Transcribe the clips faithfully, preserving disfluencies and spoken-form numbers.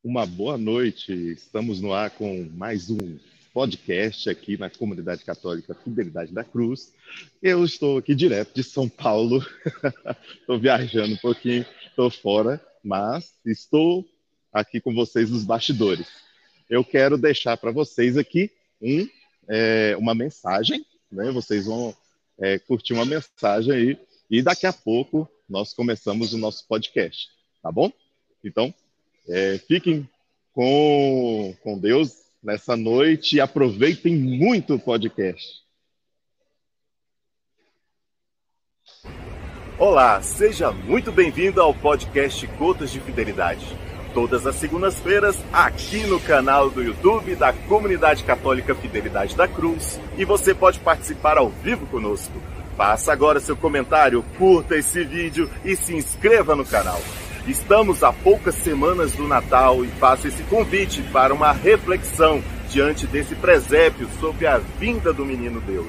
Uma boa noite. Estamos no ar com mais um podcast aqui na Comunidade Católica Fidelidade da Cruz. Eu estou aqui direto de São Paulo. Estou viajando um pouquinho, estou fora, mas estou aqui com vocês nos bastidores. Eu quero deixar para vocês aqui um, é, uma mensagem, né? Vocês vão é, curtir uma mensagem aí e daqui a pouco nós começamos o nosso podcast, tá bom? Então, É, fiquem com, com Deus nessa noite e aproveitem muito o podcast. Olá, seja muito bem-vindo ao podcast Gotas de Fidelidade. Todas as segundas-feiras, aqui no canal do YouTube da Comunidade Católica Fidelidade da Cruz. E você pode participar ao vivo conosco. Faça agora seu comentário, curta esse vídeo e se inscreva no canal. Estamos a poucas semanas do Natal e faço esse convite para uma reflexão diante desse presépio sobre a vinda do Menino Deus.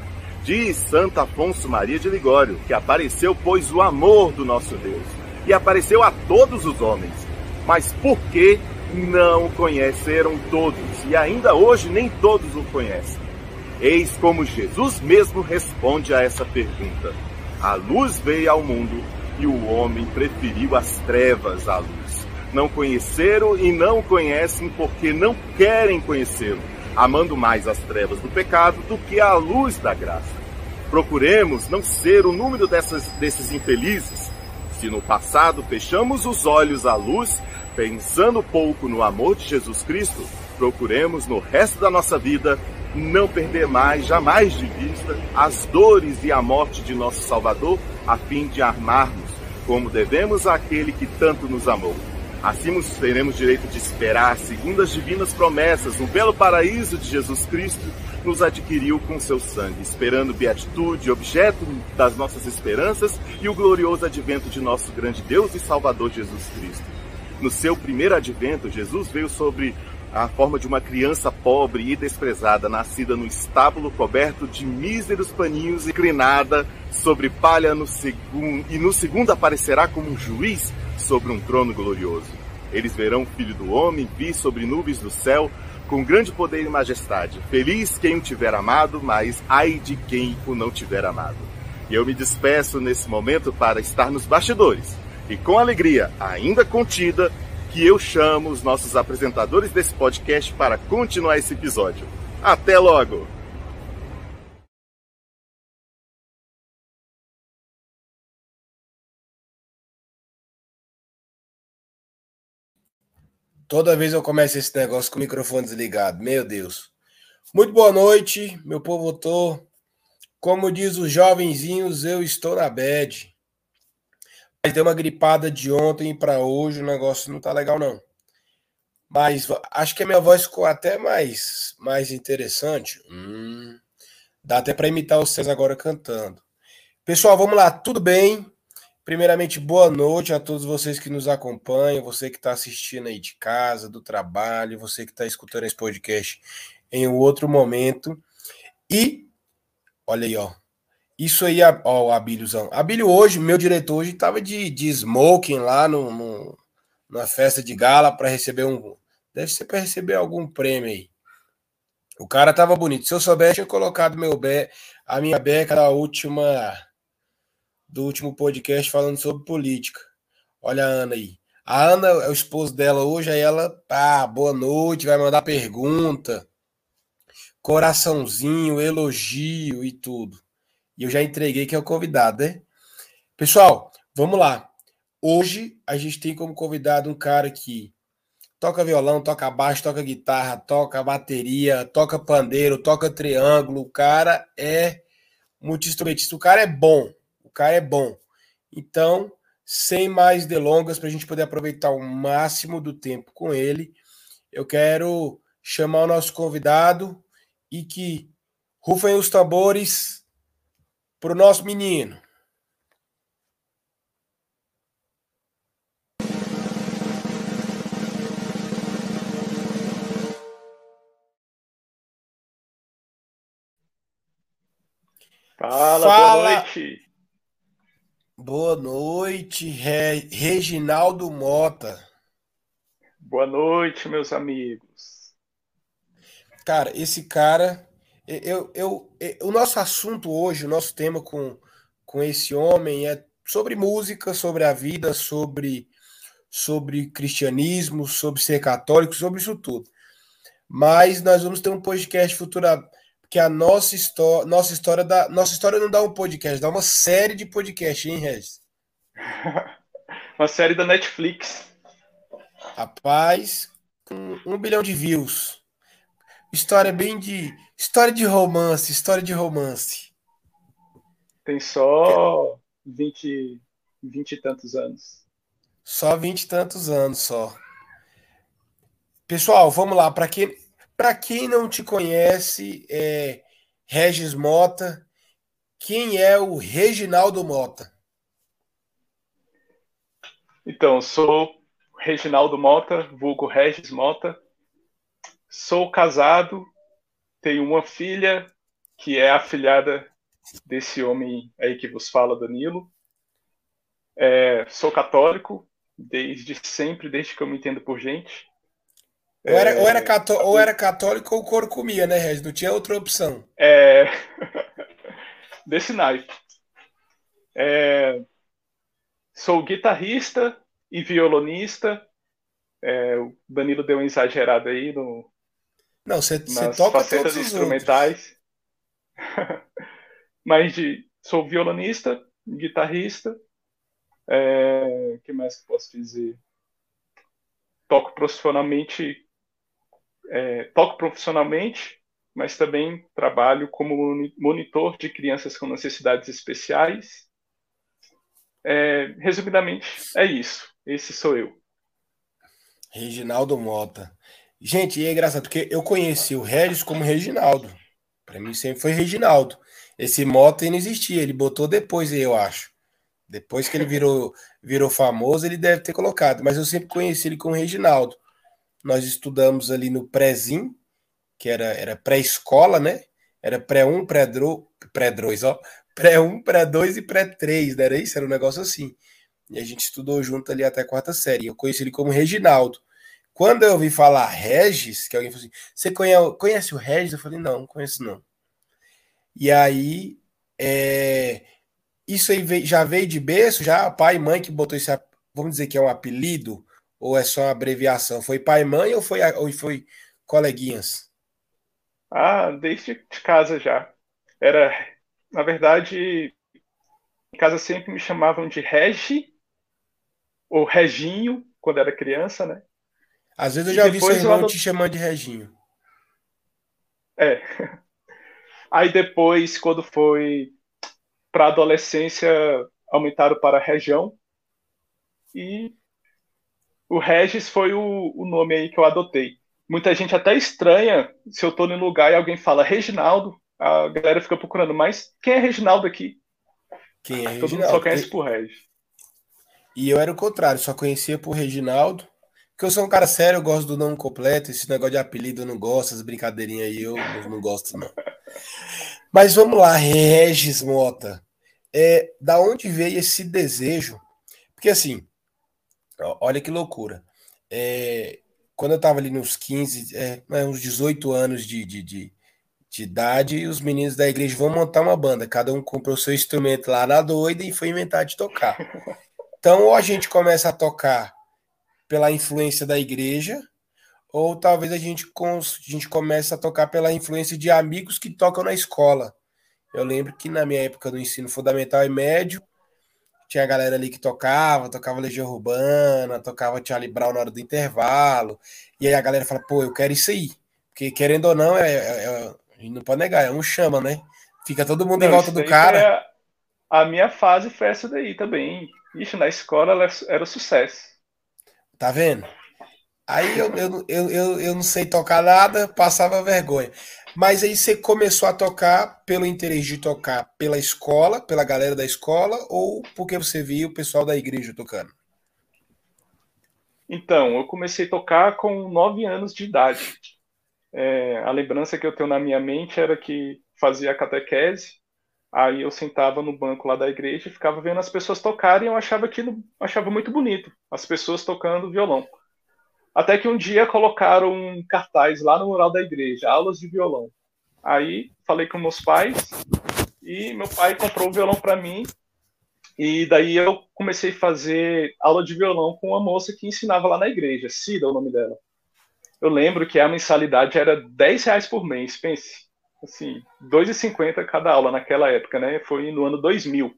Diz Santo Afonso Maria de Ligório que apareceu, pois, o amor do nosso Deus, e apareceu a todos os homens. Mas por que não o conheceram todos? E ainda hoje nem todos o conhecem. Eis como Jesus mesmo responde a essa pergunta. A luz veio ao mundo, e o homem preferiu as trevas à luz. Não conheceram e não conhecem porque não querem conhecê-lo, amando mais as trevas do pecado do que a luz da graça. Procuremos não ser o número dessas, desses infelizes. Se no passado fechamos os olhos à luz, pensando pouco no amor de Jesus Cristo, procuremos no resto da nossa vida não perder mais, jamais de vista, as dores e a morte de nosso Salvador, a fim de amarmos como devemos àquele que tanto nos amou. Assim teremos direito de esperar, segundo as divinas promessas, no belo paraíso de Jesus Cristo, nos adquiriu com seu sangue, esperando beatitude, objeto das nossas esperanças e o glorioso advento de nosso grande Deus e Salvador Jesus Cristo. No seu primeiro advento, Jesus veio sobre a forma de uma criança pobre e desprezada, nascida no estábulo coberto de míseros paninhos e inclinada sobre palha no segundo, e no segundo aparecerá como um juiz sobre um trono glorioso. Eles verão o Filho do Homem vir sobre nuvens do céu com grande poder e majestade. Feliz quem o tiver amado, mas ai de quem o não tiver amado. E eu me despeço nesse momento para estar nos bastidores e com alegria ainda contida que eu chamo os nossos apresentadores desse podcast para continuar esse episódio. Até logo! Toda vez eu começo esse negócio com o microfone desligado. Meu Deus. Muito boa noite, meu povo votou. Como diz os jovenzinhos, eu estou na bad. Mas deu uma gripada de ontem para hoje, o negócio não tá legal não. Mas acho que a minha voz ficou até mais, mais interessante. Hum, dá até para imitar vocês agora cantando. Pessoal, vamos lá, tudo bem? Primeiramente, boa noite a todos vocês que nos acompanham, você que está assistindo aí de casa, do trabalho, você que está escutando esse podcast em um outro momento. E, olha aí, ó. Isso aí, ó, o Abíliozão. Abílio hoje, meu diretor hoje, estava de, de smoking lá no, no, numa festa de gala para receber um... Deve ser para receber algum prêmio aí. O cara tava bonito. Se eu soubesse, eu tinha colocado meu be... a minha beca da última... do último podcast falando sobre política. Olha a Ana aí. A Ana é o esposo dela hoje, aí ela, pá, boa noite, vai mandar pergunta, coraçãozinho, elogio e tudo. E eu já entreguei que é o convidado, né? Pessoal, vamos lá. Hoje a gente tem como convidado um cara que toca violão, toca baixo, toca guitarra, toca bateria, toca pandeiro, toca triângulo. O cara é multi-instrumentista. O cara é bom. O cara é bom. Então, sem mais delongas, para a gente poder aproveitar o máximo do tempo com ele, eu quero chamar o nosso convidado e que rufem os tambores para o nosso menino. Fala, Fala, boa noite. Boa noite, Re... Reginaldo Mota. Boa noite, meus amigos. Cara, esse cara, eu, eu, eu- o nosso assunto hoje, o nosso tema com, com esse homem é sobre música, sobre a vida, sobre, sobre cristianismo, sobre ser católico, sobre isso tudo. Mas nós vamos ter um podcast futuro, porque a nossa história, nossa história dá, nossa história não dá um podcast, dá uma série de podcasts, hein, Regis? Uma série da Netflix. Rapaz, com um bilhão de views. História bem de. História de romance, história de romance. Tem só vinte, vinte e tantos anos. Só vinte e tantos anos só. Pessoal, vamos lá. Para quem, para quem não te conhece, é Regis Mota. Quem é o Reginaldo Mota? Então, eu sou Reginaldo Mota, vulgo Regis Mota. Sou casado, tenho uma filha, que é afilhada desse homem aí que vos fala, Danilo. É, sou católico, desde sempre, desde que eu me entendo por gente. Ou era, ou era, É, cató ou era católico ou o couro comia, né, Regis? Não tinha outra opção. é, desse naipe. É, sou guitarrista e violonista. É, o Danilo deu uma exagerada aí no, Não, você nas toca todos facetas os outros. instrumentais. Mas de, sou violonista, guitarrista. O que mais que posso dizer? Toco profissionalmente, é, toco profissionalmente, mas também trabalho como monitor de crianças com necessidades especiais. É, resumidamente, é isso. Esse sou eu. Reginaldo Mota. Gente, e é engraçado, porque eu conheci o Regis como Reginaldo. Para mim sempre foi Reginaldo. Esse Mota aí não existia, ele botou depois aí, eu acho. Depois que ele virou, virou famoso, ele deve ter colocado. Mas eu sempre conheci ele como Reginaldo. Nós estudamos ali no Prézinho, que era, era pré-escola, né? Era pré um, pré-dois, pré-dois, ó. pré um, pré dois e pré três, não era isso? Era um negócio assim. E a gente estudou junto ali até a quarta série. Eu conheci ele como Reginaldo. Quando eu ouvi falar Regis, que alguém falou assim, você conhece, conhece o Regis? Eu falei, não, não conheço não. E aí, é, isso aí veio- já veio de berço, já pai e mãe que botou esse, ap- vamos dizer que é um apelido, ou é só uma abreviação? Foi pai e mãe ou foi, a- ou foi coleguinhas? Ah, desde de casa já. Era, na verdade, em casa sempre me chamavam de Regi ou Reginho quando era criança, né? Às vezes eu E já ouvi seu depois eu irmão te adotei. chamando de Reginho. É. Aí depois, quando foi para adolescência, aumentaram para região e o Regis foi o, o nome aí que eu adotei. Muita gente até estranha se eu tô em lugar e alguém fala Reginaldo, a galera fica procurando, mas quem é Reginaldo aqui? Quem é Todo mundo só Reginaldo? conhece E, por Regis. e eu era o contrário, só conhecia por Reginaldo. Porque eu sou um cara sério, eu gosto do nome completo. Esse negócio de apelido eu não gosto, as brincadeirinhas aí eu não, não gosto, não. Mas vamos lá, Regis Mota. É, da onde veio esse desejo? Porque assim, ó, olha que loucura. É, quando eu tava ali nos quinze, é, né, uns dezoito anos de, de, de, de idade, os meninos da igreja vão montar uma banda. Cada um comprou o seu instrumento lá na doida e foi inventar de tocar. Então, ou a gente começa a tocar pela influência da igreja, ou talvez a gente, cons- a gente comece a tocar pela influência de amigos que tocam na escola. Eu lembro que na minha época do ensino fundamental e médio, tinha a galera ali que tocava, tocava Legião Urbana, tocava Charlie Brown na hora do intervalo. E aí a galera fala, pô, eu quero isso aí. Porque querendo ou não, é, é- é- a gente não pode negar, é um chama, né? Fica todo mundo em Não, volta isso do daí foi cara, a, a minha fase, foi essa daí também. Ixi, na escola ela era sucesso. tá vendo? Aí eu, eu, eu, eu, eu não sei tocar nada, passava vergonha. Mas aí você começou a tocar pelo interesse de tocar pela escola, pela galera da escola, ou porque você via o pessoal da igreja tocando? Então, eu comecei a tocar com nove anos de idade. É, a lembrança que eu tenho na minha mente era que fazia a catequese, aí eu sentava no banco lá da igreja e ficava vendo as pessoas tocarem e eu achava aquilo, achava muito bonito, as pessoas tocando violão. Até que um dia colocaram um cartaz lá no mural da igreja, aulas de violão. Aí falei com meus pais e meu pai comprou o violão para mim. E daí eu comecei a fazer aula de violão com uma moça que ensinava lá na igreja, Cida é o nome dela. Eu lembro que a mensalidade era dez reais por mês, pense. Assim, dois reais e cinquenta centavos cada aula naquela época, né? Foi no ano dois mil.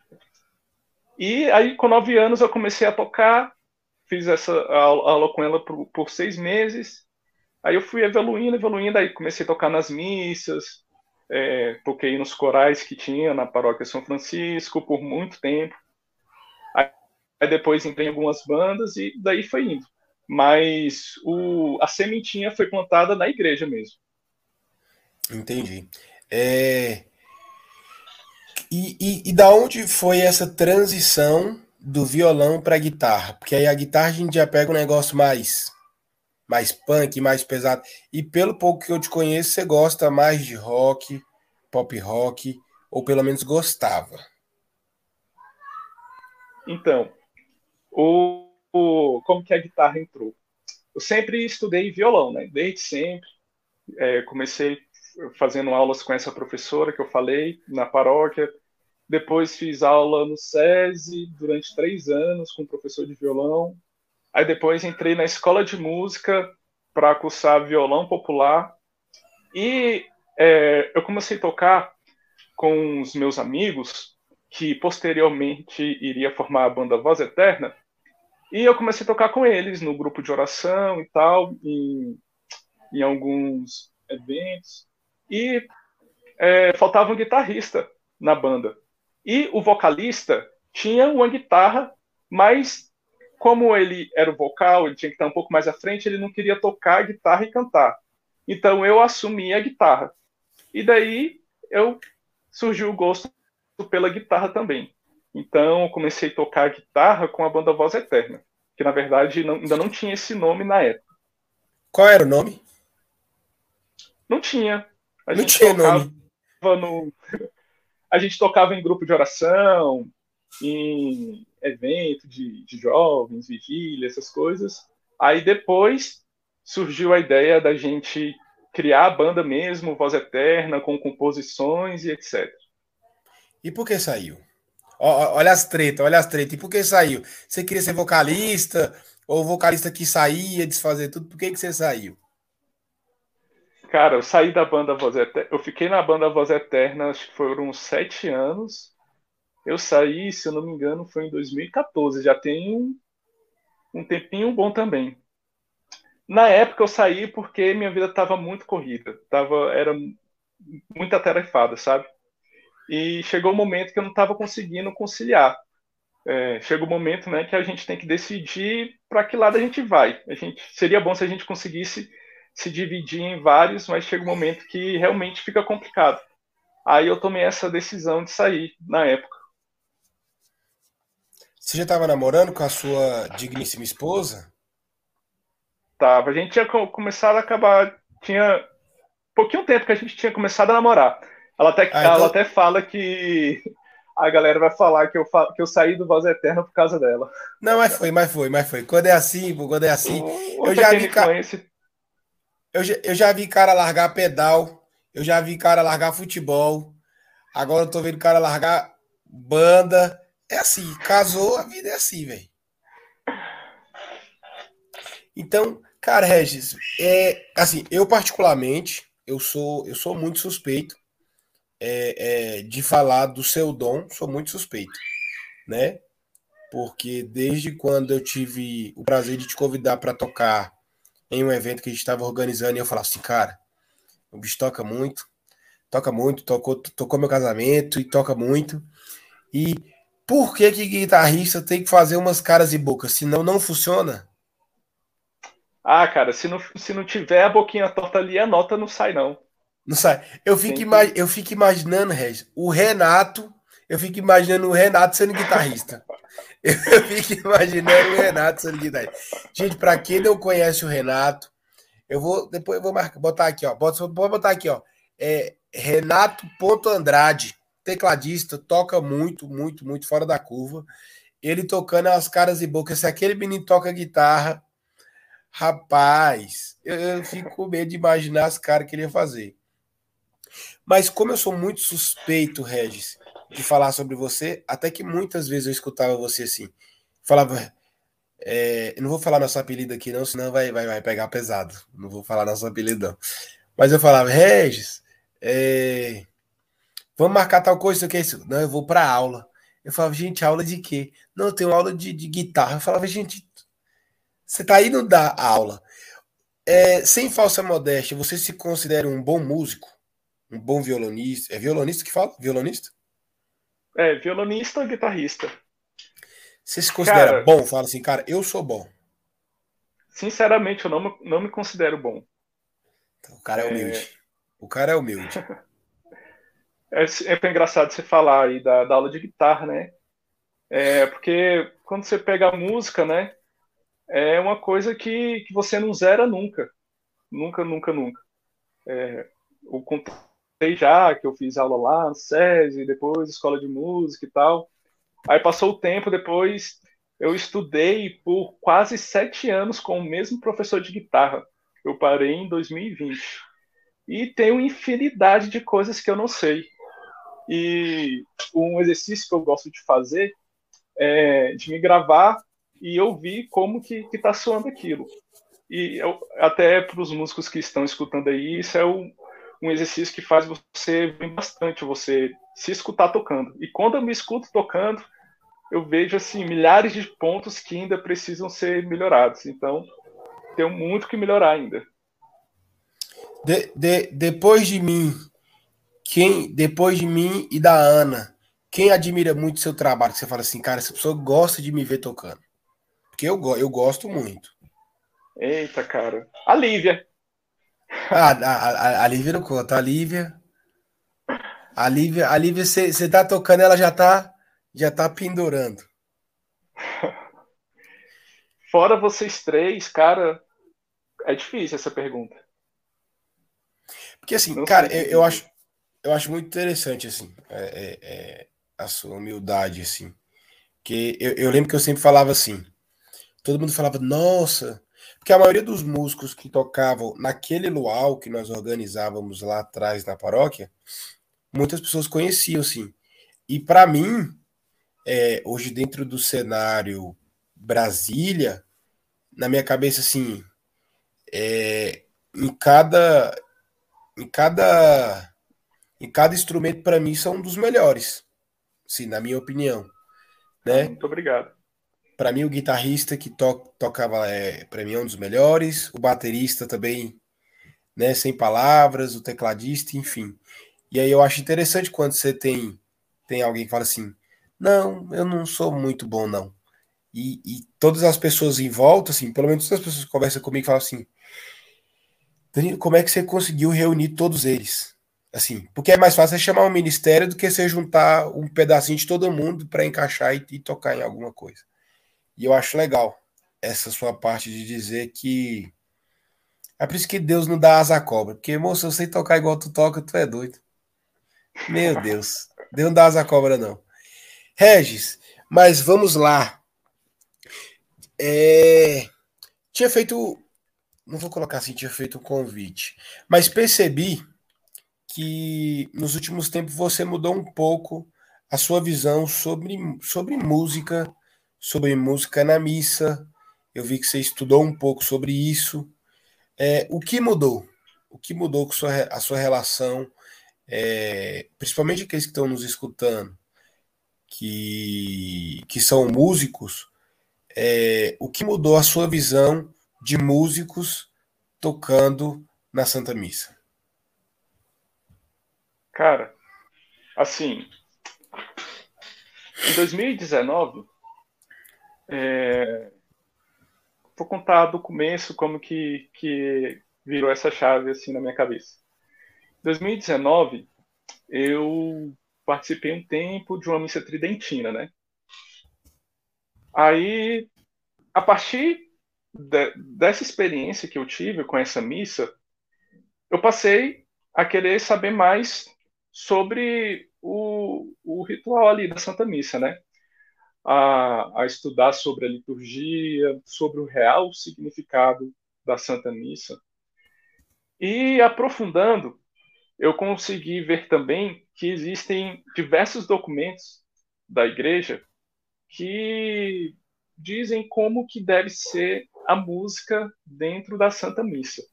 E aí, com nove anos, eu comecei a tocar, fiz essa aula, aula com ela por, por seis meses. Aí eu fui evoluindo, evoluindo, aí comecei a tocar nas missas, é, toquei nos corais que tinha na paróquia São Francisco por muito tempo. Aí, aí depois entrei em algumas bandas e daí foi indo. Mas o, a sementinha foi plantada na igreja mesmo. Entendi. É... E, e, e da onde foi essa transição do violão para a guitarra? Porque aí a guitarra a gente já pega um negócio mais, mais punk, mais pesado. E pelo pouco que eu te conheço, você gosta mais de rock, pop rock, ou pelo menos gostava. Então, o, o, como que a guitarra entrou? Eu sempre estudei violão, né? Desde sempre. É, comecei fazendo aulas com essa professora que eu falei, na paróquia. Depois fiz aula no SESI durante três anos com um professor de violão. Aí depois entrei na escola de música para cursar violão popular. E é, eu comecei a tocar com os meus amigos, que posteriormente iria formar a banda Voz Eterna. E eu comecei a tocar com eles no grupo de oração e tal, em, em alguns eventos. E é, faltava um guitarrista na banda. E o vocalista tinha uma guitarra, mas como ele era o vocal, ele tinha que estar um pouco mais à frente, ele não queria tocar a guitarra e cantar. Então eu assumi a guitarra. E daí eu surgiu o gosto pela guitarra também. Então eu comecei a tocar guitarra com a banda Voz Eterna, que na verdade não, ainda não tinha esse nome na época. Qual era o nome? Não tinha. A não gente tinha tocava nome. no... A gente tocava em grupo de oração, em evento de, de jovens, vigília, essas coisas. Aí depois surgiu a ideia da gente criar a banda mesmo, Voz Eterna, com composições e etcétera. E por que saiu? Ó, olha as tretas, olha as tretas. E por que saiu? Você queria ser vocalista? Ou vocalista que saía, desfazer tudo? Por que, que você saiu? Cara, eu saí da banda Voz Eterna. Eu fiquei na banda Voz Eterna, acho que foram uns sete anos. Eu saí, se eu não me engano, foi em dois mil e quatorze. Já tem um, um tempinho bom também. Na época eu saí porque minha vida estava muito corrida. Tava, era muito atarefada, sabe? E chegou um momento que eu não estava conseguindo conciliar. É, chega um momento, né, que a gente tem que decidir para que lado a gente vai. A gente, seria bom se a gente conseguisse se dividir em vários, mas chega um momento que realmente fica complicado. Aí eu tomei essa decisão de sair na época. Você já estava namorando com a sua digníssima esposa? Tava. A gente tinha começado a acabar... Tinha pouquinho tempo que a gente tinha começado a namorar. Ela até, ah, então... ela até fala que a galera vai falar que eu, que eu saí do Voz Eterna por causa dela. Não, mas foi, mas foi, mas foi. Quando é assim, quando é assim... Um, eu, já vi ca... eu, já, eu já vi cara largar pedal, eu já vi cara largar futebol, agora eu tô vendo cara largar banda. É assim, casou, a vida é assim, velho. Então, cara, Regis, é, assim, eu particularmente, eu sou, eu sou muito suspeito é, é, de falar do seu dom, sou muito suspeito, né? Porque desde quando eu tive o prazer de te convidar para tocar em um evento que a gente estava organizando, e eu falava assim, cara, o bicho toca muito, toca muito, tocou, tocou meu casamento e toca muito. E por que que guitarrista tem que fazer umas caras e bocas, senão não funciona? Ah, cara, se não, se não tiver a boquinha torta ali, a nota não sai, não. Não sai. Eu fico, que... imag... eu fico imaginando, Regis, o Renato, eu fico imaginando o Renato sendo guitarrista. Eu fico imaginando o Renato sendo guitarrista. Gente, pra quem não conhece o Renato, eu vou, depois eu vou marcar, botar aqui, ó, pode botar aqui, ó, é Renato.Andrade, tecladista, toca muito, muito, muito fora da curva. Ele tocando as caras e bocas. Se aquele menino toca guitarra, Rapaz, eu, eu fico com medo de imaginar as caras que ele ia fazer. Mas como eu sou muito suspeito, Regis, de falar sobre você, até que muitas vezes eu escutava você assim, falava, é, eu não vou falar nosso apelido aqui não, senão vai, vai, vai pegar pesado. Não vou falar nosso apelido não. Mas eu falava, Regis, é, vamos marcar tal coisa, o que é isso? Não, eu vou para aula. Eu falava, gente, aula de quê? Não, eu tenho aula de, de guitarra. Eu falava, gente, você tá indo dar aula. É, sem falsa modéstia, você se considera um bom músico? Um bom violonista? É violonista que fala? Violonista? É, violonista ou guitarrista? Você se considera Cara, bom? Fala assim, cara, eu sou bom. sinceramente, eu não, me- não me considero bom. Então, o cara é humilde. O cara é humilde. É, é engraçado você falar aí da, da aula de guitarra, né? É porque quando você pega a música, né? É uma coisa que, que você não zera nunca. Nunca, nunca, nunca. Eu contei já que eu fiz aula lá no SESI, depois escola de música e tal. Aí passou o tempo, depois eu estudei por quase sete anos com o mesmo professor de guitarra. Eu parei em dois mil e vinte. E tenho infinidade de coisas que eu não sei. E um exercício que eu gosto de fazer é de me gravar e ouvir como que está soando aquilo. E eu, até para os músicos que estão escutando aí, isso é um, um exercício que faz você bem bastante, você se escutar tocando. E quando eu me escuto tocando, eu vejo assim milhares de pontos que ainda precisam ser melhorados. Então, tem muito que melhorar ainda. De, de, depois de mim, quem depois de mim e da Ana, quem admira muito seu trabalho? Que você fala assim, cara, essa pessoa gosta de me ver tocando. Porque eu, eu gosto muito. Eita, cara. A Lívia. Ah, a, a, a Lívia não conta. A Lívia, a Lívia, a Lívia, você tá tocando, ela já tá, já tá pendurando. Fora vocês três, cara, é difícil essa pergunta. Porque assim, Não sei cara, eu, te eu dizer. acho, eu acho muito interessante assim, é, é, é, a sua humildade assim. Que eu, eu lembro que eu sempre falava assim. Todo mundo falava, nossa, porque a maioria dos músicos que tocavam naquele luau que nós organizávamos lá atrás na paróquia, muitas pessoas conheciam, assim. E para mim, é, hoje dentro do cenário Brasília, na minha cabeça, assim, é, em cada, em cada, em cada instrumento para mim são um dos melhores, sim, na minha opinião, Ah, né? muito obrigado. Para mim o guitarrista que to tocava é, para mim é um dos melhores, o baterista também, né, sem palavras, o tecladista, enfim. E aí eu acho interessante quando você tem tem alguém que fala assim, não, eu não sou muito bom não. E, e todas as pessoas em volta, assim, pelo menos todas as pessoas que conversam comigo falam assim, Danilo, como é que você conseguiu reunir todos eles? Assim, porque é mais fácil você chamar um ministério do que você juntar um pedacinho de todo mundo para encaixar e, e tocar em alguma coisa. E eu acho legal essa sua parte de dizer que é por isso que Deus não dá asa à cobra. Porque, moço, eu sei tocar igual tu toca, tu é doido. Meu Deus. Deus não dá asa à cobra, não. Regis, mas vamos lá. É... Tinha feito. Não vou colocar assim, tinha feito um convite. Mas percebi que nos últimos tempos você mudou um pouco a sua visão sobre, sobre música, sobre música na missa. Eu vi que você estudou um pouco sobre isso. É, o que mudou? O que mudou com sua, a sua relação, é, principalmente aqueles que estão nos escutando, que, que são músicos, é, o que mudou a sua visão de músicos tocando na Santa Missa? Cara, assim, em dois mil e dezenove, é, vou contar do começo como que, que virou essa chave assim na minha cabeça. Em dois mil e dezenove, eu participei um tempo de uma missa tridentina, né? Aí, a partir de, dessa experiência que eu tive com essa missa, eu passei a querer saber mais sobre o, o ritual ali da Santa Missa, né? A, a estudar sobre a liturgia, sobre o real significado da Santa Missa. E aprofundando, eu consegui ver também que existem diversos documentos da Igreja que dizem como que deve ser a música dentro da Santa Missa.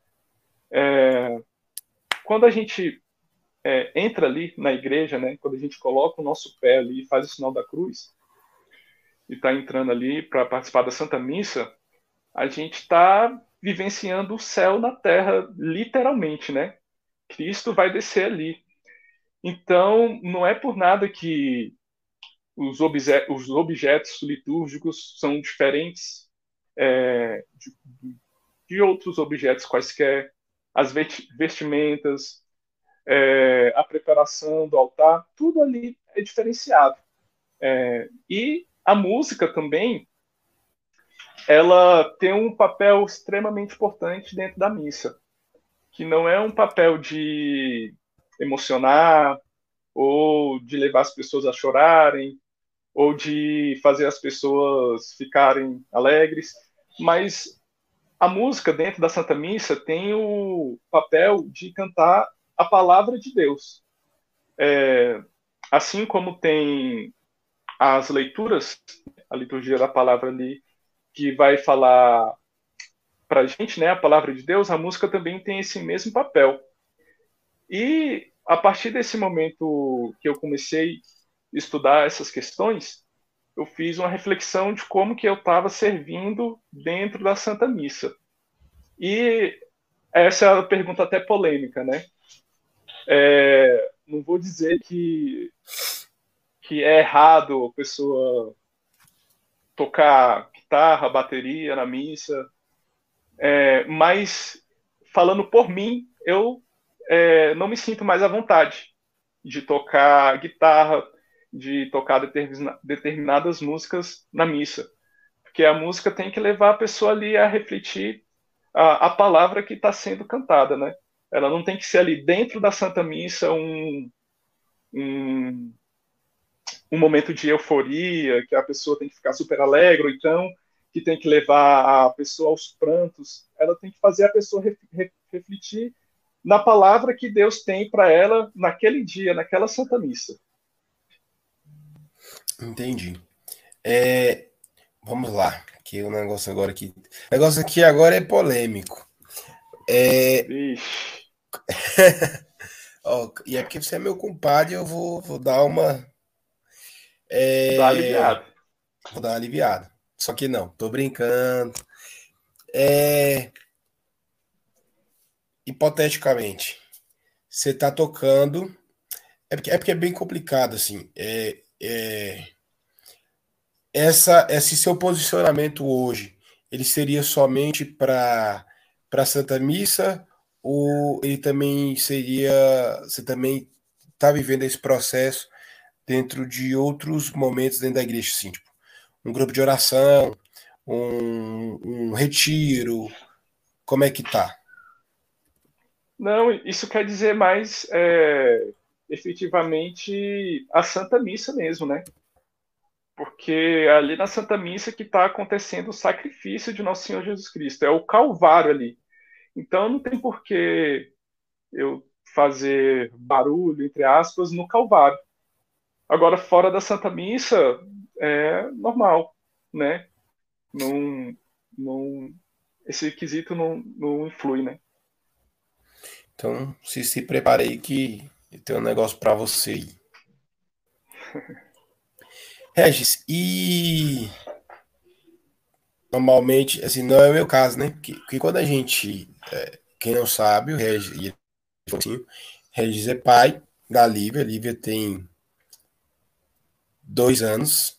É, quando a gente é, entra ali na igreja, né, quando a gente coloca o nosso pé ali e faz o sinal da cruz, e está entrando ali para participar da Santa Missa, a gente está vivenciando o céu na terra, literalmente, né? Cristo vai descer ali. Então, não é por nada que os, obje os objetos litúrgicos são diferentes é, de, de outros objetos quaisquer. As vestimentas, é, a preparação do altar, tudo ali é diferenciado. É, e a música também, ela tem um papel extremamente importante dentro da missa, que não é um papel de emocionar, ou de levar as pessoas a chorarem, ou de fazer as pessoas ficarem alegres, mas a música dentro da Santa Missa tem o papel de cantar a palavra de Deus. É, assim como tem as leituras, a liturgia da palavra ali, que vai falar para a gente, né, a palavra de Deus, a música também tem esse mesmo papel. E a partir desse momento que eu comecei a estudar essas questões, eu fiz uma reflexão de como que eu estava servindo dentro da Santa Missa. E essa é uma pergunta até polêmica, né? É, não vou dizer que, que é errado a pessoa tocar guitarra, bateria na missa, é, mas falando por mim, eu é, não me sinto mais à vontade de tocar guitarra, de tocar determina, determinadas músicas na missa, porque a música tem que levar a pessoa ali a refletir a, a palavra que está sendo cantada, né? Ela não tem que ser ali dentro da Santa Missa um, um, um momento de euforia, que a pessoa tem que ficar super alegre, ou então que tem que levar a pessoa aos prantos. Ela tem que fazer a pessoa re, re, refletir na palavra que Deus tem para ela naquele dia, naquela Santa Missa. Entendi. É, vamos lá, que o negócio agora aqui. O negócio aqui agora é polêmico. É... oh, e é porque você é meu compadre, eu vou, vou dar uma. É... Dá aliviado. Vou dar uma aliviada. Só que não, tô brincando. É... Hipoteticamente, você tá tocando. É porque, é porque é bem complicado, assim. É, é... Essa, esse seu posicionamento hoje, ele seria somente para para Santa Missa, ou ele também seria, você também está vivendo esse processo dentro de outros momentos dentro da igreja, assim, tipo, um grupo de oração, um, um retiro, como é que tá? Não, isso quer dizer mais é, efetivamente a Santa Missa mesmo, né? Porque ali na Santa Missa que está acontecendo o sacrifício de Nosso Senhor Jesus Cristo, é o Calvário ali. Então não tem por que eu fazer barulho, entre aspas, no Calvário. Agora, fora da Santa Missa, é normal, né? Não, não, esse requisito não, não influi, né? Então, se se prepare aí que tem um negócio para você aí. Regis, e normalmente, assim, não é o meu caso, né? Porque, porque quando a gente, é, quem não sabe, o Regis, Regis é pai da Lívia. A Lívia tem dois anos.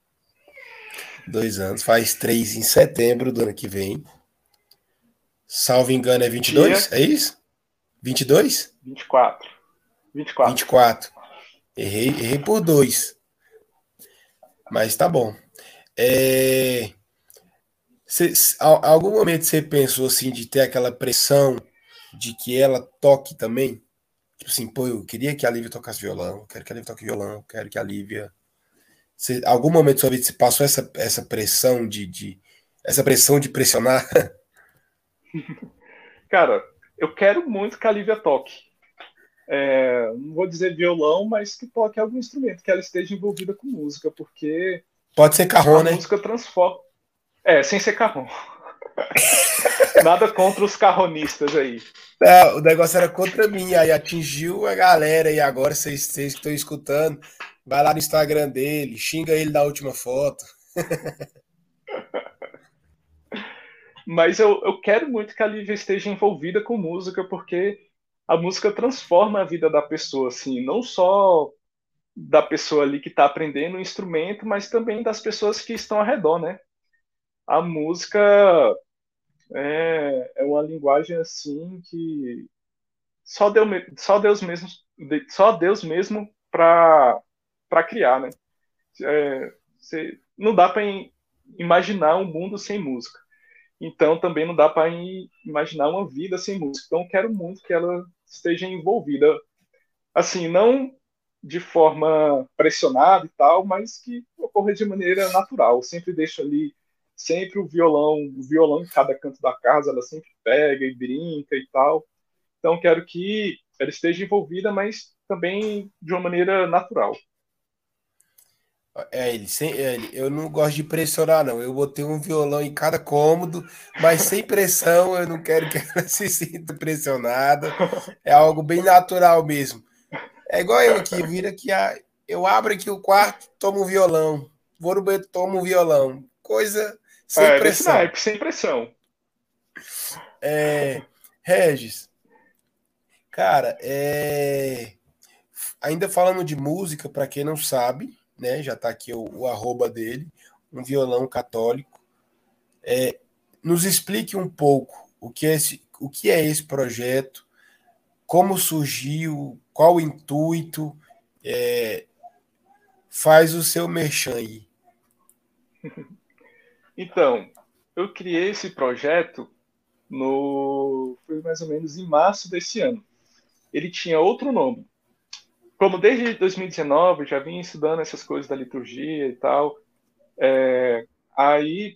Dois anos, faz três em setembro do ano que vem. Salvo engano, é vinte e dois? Dia... É isso? vinte e dois? vinte e quatro. vinte e quatro. vinte e quatro. Errei, errei por dois. Mas tá bom. É... Cê, a, a algum momento você pensou assim de ter aquela pressão de que ela toque também? Tipo assim, pô, eu queria que a Lívia tocasse violão, quero que a Lívia toque violão, quero que a Lívia. Você, algum momento da sua vida você passou essa, essa pressão de, de essa pressão de pressionar? Cara, eu quero muito que a Lívia toque. É, não vou dizer violão, mas que toque algum instrumento, que ela esteja envolvida com música, porque Pode ser a carrom, né? música transforma. É, sem ser carrom. Nada contra os carronistas aí. Não, o negócio era contra mim, aí atingiu a galera, e agora vocês, vocês que estão escutando, vai lá no Instagram dele, xinga ele da última foto. Mas eu, eu quero muito que a Lívia esteja envolvida com música, porque a música transforma a vida da pessoa, assim, não só da pessoa ali que está aprendendo o instrumento, mas também das pessoas que estão ao redor, né? A música é, é uma linguagem assim que só Deus, só Deus mesmo, só Deus mesmo para para criar, né? É, você, não dá para imaginar um mundo sem música. Então também não dá para imaginar uma vida sem música. Então quero muito que ela esteja envolvida, assim, não de forma pressionada e tal, mas que ocorra de maneira natural. Eu sempre deixo ali, sempre o violão, o violão em cada canto da casa, ela sempre pega e brinca e tal. Então quero que ela esteja envolvida, mas também de uma maneira natural. É ele, sem, é ele, eu não gosto de pressionar, não. Eu botei um violão em cada cômodo, mas sem pressão, eu não quero que ela se sinta pressionada. É algo bem natural mesmo. É igual eu aqui, vira aqui, eu abro aqui o quarto, tomo um violão. Vou no banheiro, tomo um violão. Coisa sem É, desse pressão. naipe, sem pressão. É, Regis, cara, é, ainda falando de música, para quem não sabe, né? Já tá aqui o, o arroba dele, um violão católico. É, nos explique um pouco o que é esse, o que é esse projeto, como surgiu, qual o intuito, é, faz o seu merchan aí. Então, eu criei esse projeto no foi mais ou menos em março desse ano. Ele tinha outro nome. Como desde dois mil e dezenove eu já vinha estudando essas coisas da liturgia e tal, é, aí,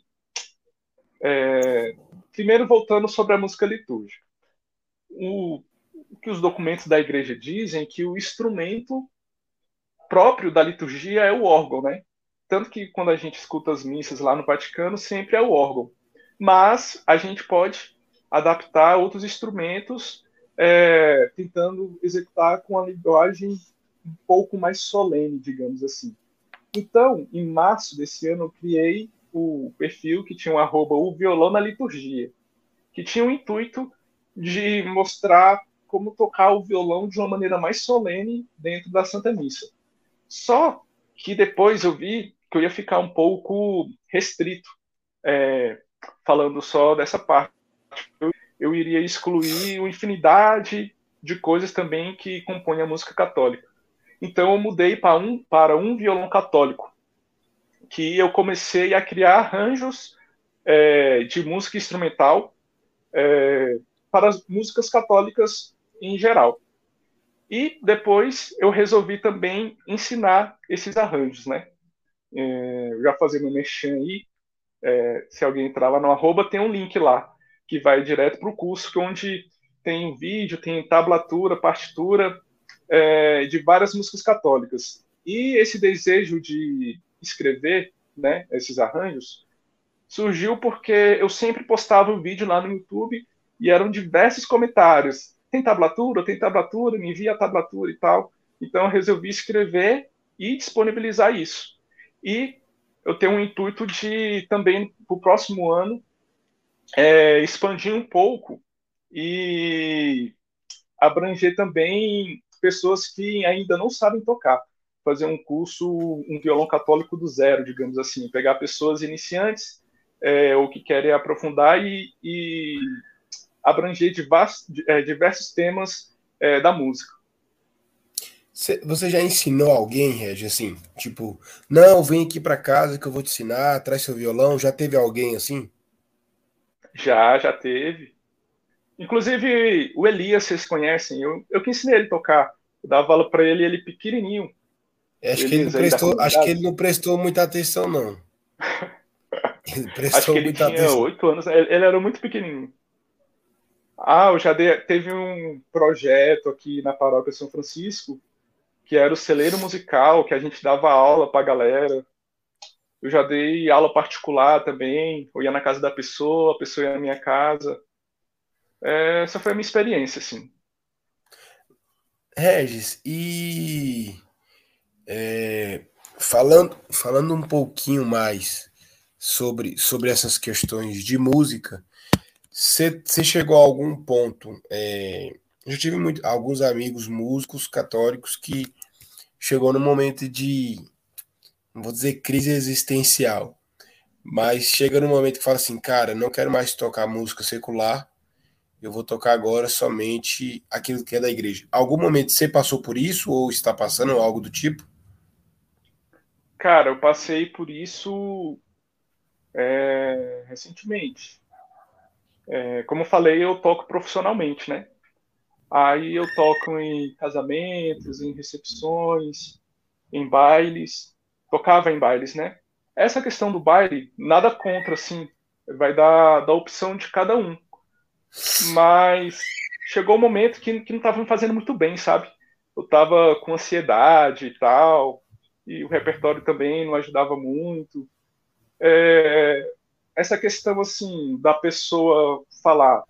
é, primeiro voltando sobre a música litúrgica. O, o que os documentos da igreja dizem é que o instrumento próprio da liturgia é o órgão, né? Tanto que quando a gente escuta as missas lá no Vaticano, sempre é o órgão. Mas a gente pode adaptar outros instrumentos, é, tentando executar com a linguagem um pouco mais solene, digamos assim. Então, em março desse ano, eu criei o perfil que tinha um arroba o violão na liturgia, que tinha o intuito de mostrar como tocar o violão de uma maneira mais solene dentro da Santa Missa. Só que depois eu vi que eu ia ficar um pouco restrito, é, falando só dessa parte. Eu, eu iria excluir uma infinidade de coisas também que compõem a música católica. Então eu mudei para um, para um violão católico, que eu comecei a criar arranjos é, de música instrumental é, para as músicas católicas em geral. E depois eu resolvi também ensinar esses arranjos, né? É, já fazendo um merchan aí, é, se alguém entrar lá no arroba, tem um link lá, que vai direto para o curso, que onde tem um vídeo, tem tablatura, partitura, é, de várias músicas católicas. E esse desejo de escrever, né, esses arranjos surgiu porque eu sempre postava um vídeo lá no YouTube e eram diversos comentários. Tem tablatura? Tem tablatura? Me envia a tablatura e tal. Então eu resolvi escrever e disponibilizar isso. E eu tenho um intuito de também, para o próximo ano, é, expandir um pouco e abranger também pessoas que ainda não sabem tocar. Fazer um curso, um violão católico do zero, digamos assim. Pegar pessoas iniciantes é, ou que querem aprofundar e, e abranger diversos, é, diversos temas é, da música. Você já ensinou alguém, Regi, assim? Tipo, não, vem aqui para casa que eu vou te ensinar, traz seu violão. Já teve alguém assim? Já, já teve. Inclusive, o Elias, vocês conhecem, eu, eu que ensinei ele a tocar. Eu dava aula para ele, ele pequenininho. Acho que, ele não prestou, acho que ele não prestou muita atenção, não. Ele prestou acho que ele muita tinha oito anos, ele, ele era muito pequenininho. Ah, eu já dei, teve um projeto aqui na Paróquia São Francisco, que era o celeiro musical, que a gente dava aula pra galera. Eu já dei aula particular também, eu ia na casa da pessoa, a pessoa ia na minha casa. É, essa foi a minha experiência, assim. Regis, e é, falando, falando um pouquinho mais sobre, sobre essas questões de música, você chegou a algum ponto? É, eu tive muito, alguns amigos músicos católicos que chegou no momento de, não vou dizer crise existencial, mas chega no momento que fala assim, cara, não quero mais tocar música secular, eu vou tocar agora somente aquilo que é da igreja. Algum momento você passou por isso ou está passando ou algo do tipo? Cara, eu passei por isso é, recentemente. É, como eu falei, eu toco profissionalmente, né? Aí eu toco em casamentos, em recepções, em bailes. Tocava em bailes, né? Essa questão do baile, nada contra, assim. Vai dar da opção de cada um. Mas chegou um momento que, que não estava me fazendo muito bem, sabe? Eu tava com ansiedade e tal, e o repertório também não ajudava muito. É, essa questão, assim, da pessoa falar: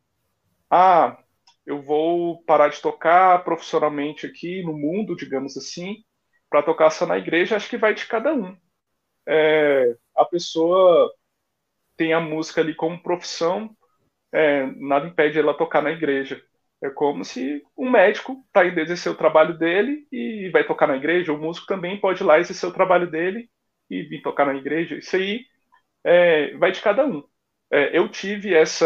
ah, eu vou parar de tocar profissionalmente aqui no mundo, digamos assim, para tocar só na igreja, acho que vai de cada um. É, a pessoa tem a música ali como profissão, é, nada impede ela tocar na igreja. É como se um médico está indo exercer o trabalho dele e vai tocar na igreja, o músico também pode ir lá exercer o trabalho dele e vir tocar na igreja. Isso aí é, vai de cada um. É, eu tive essa,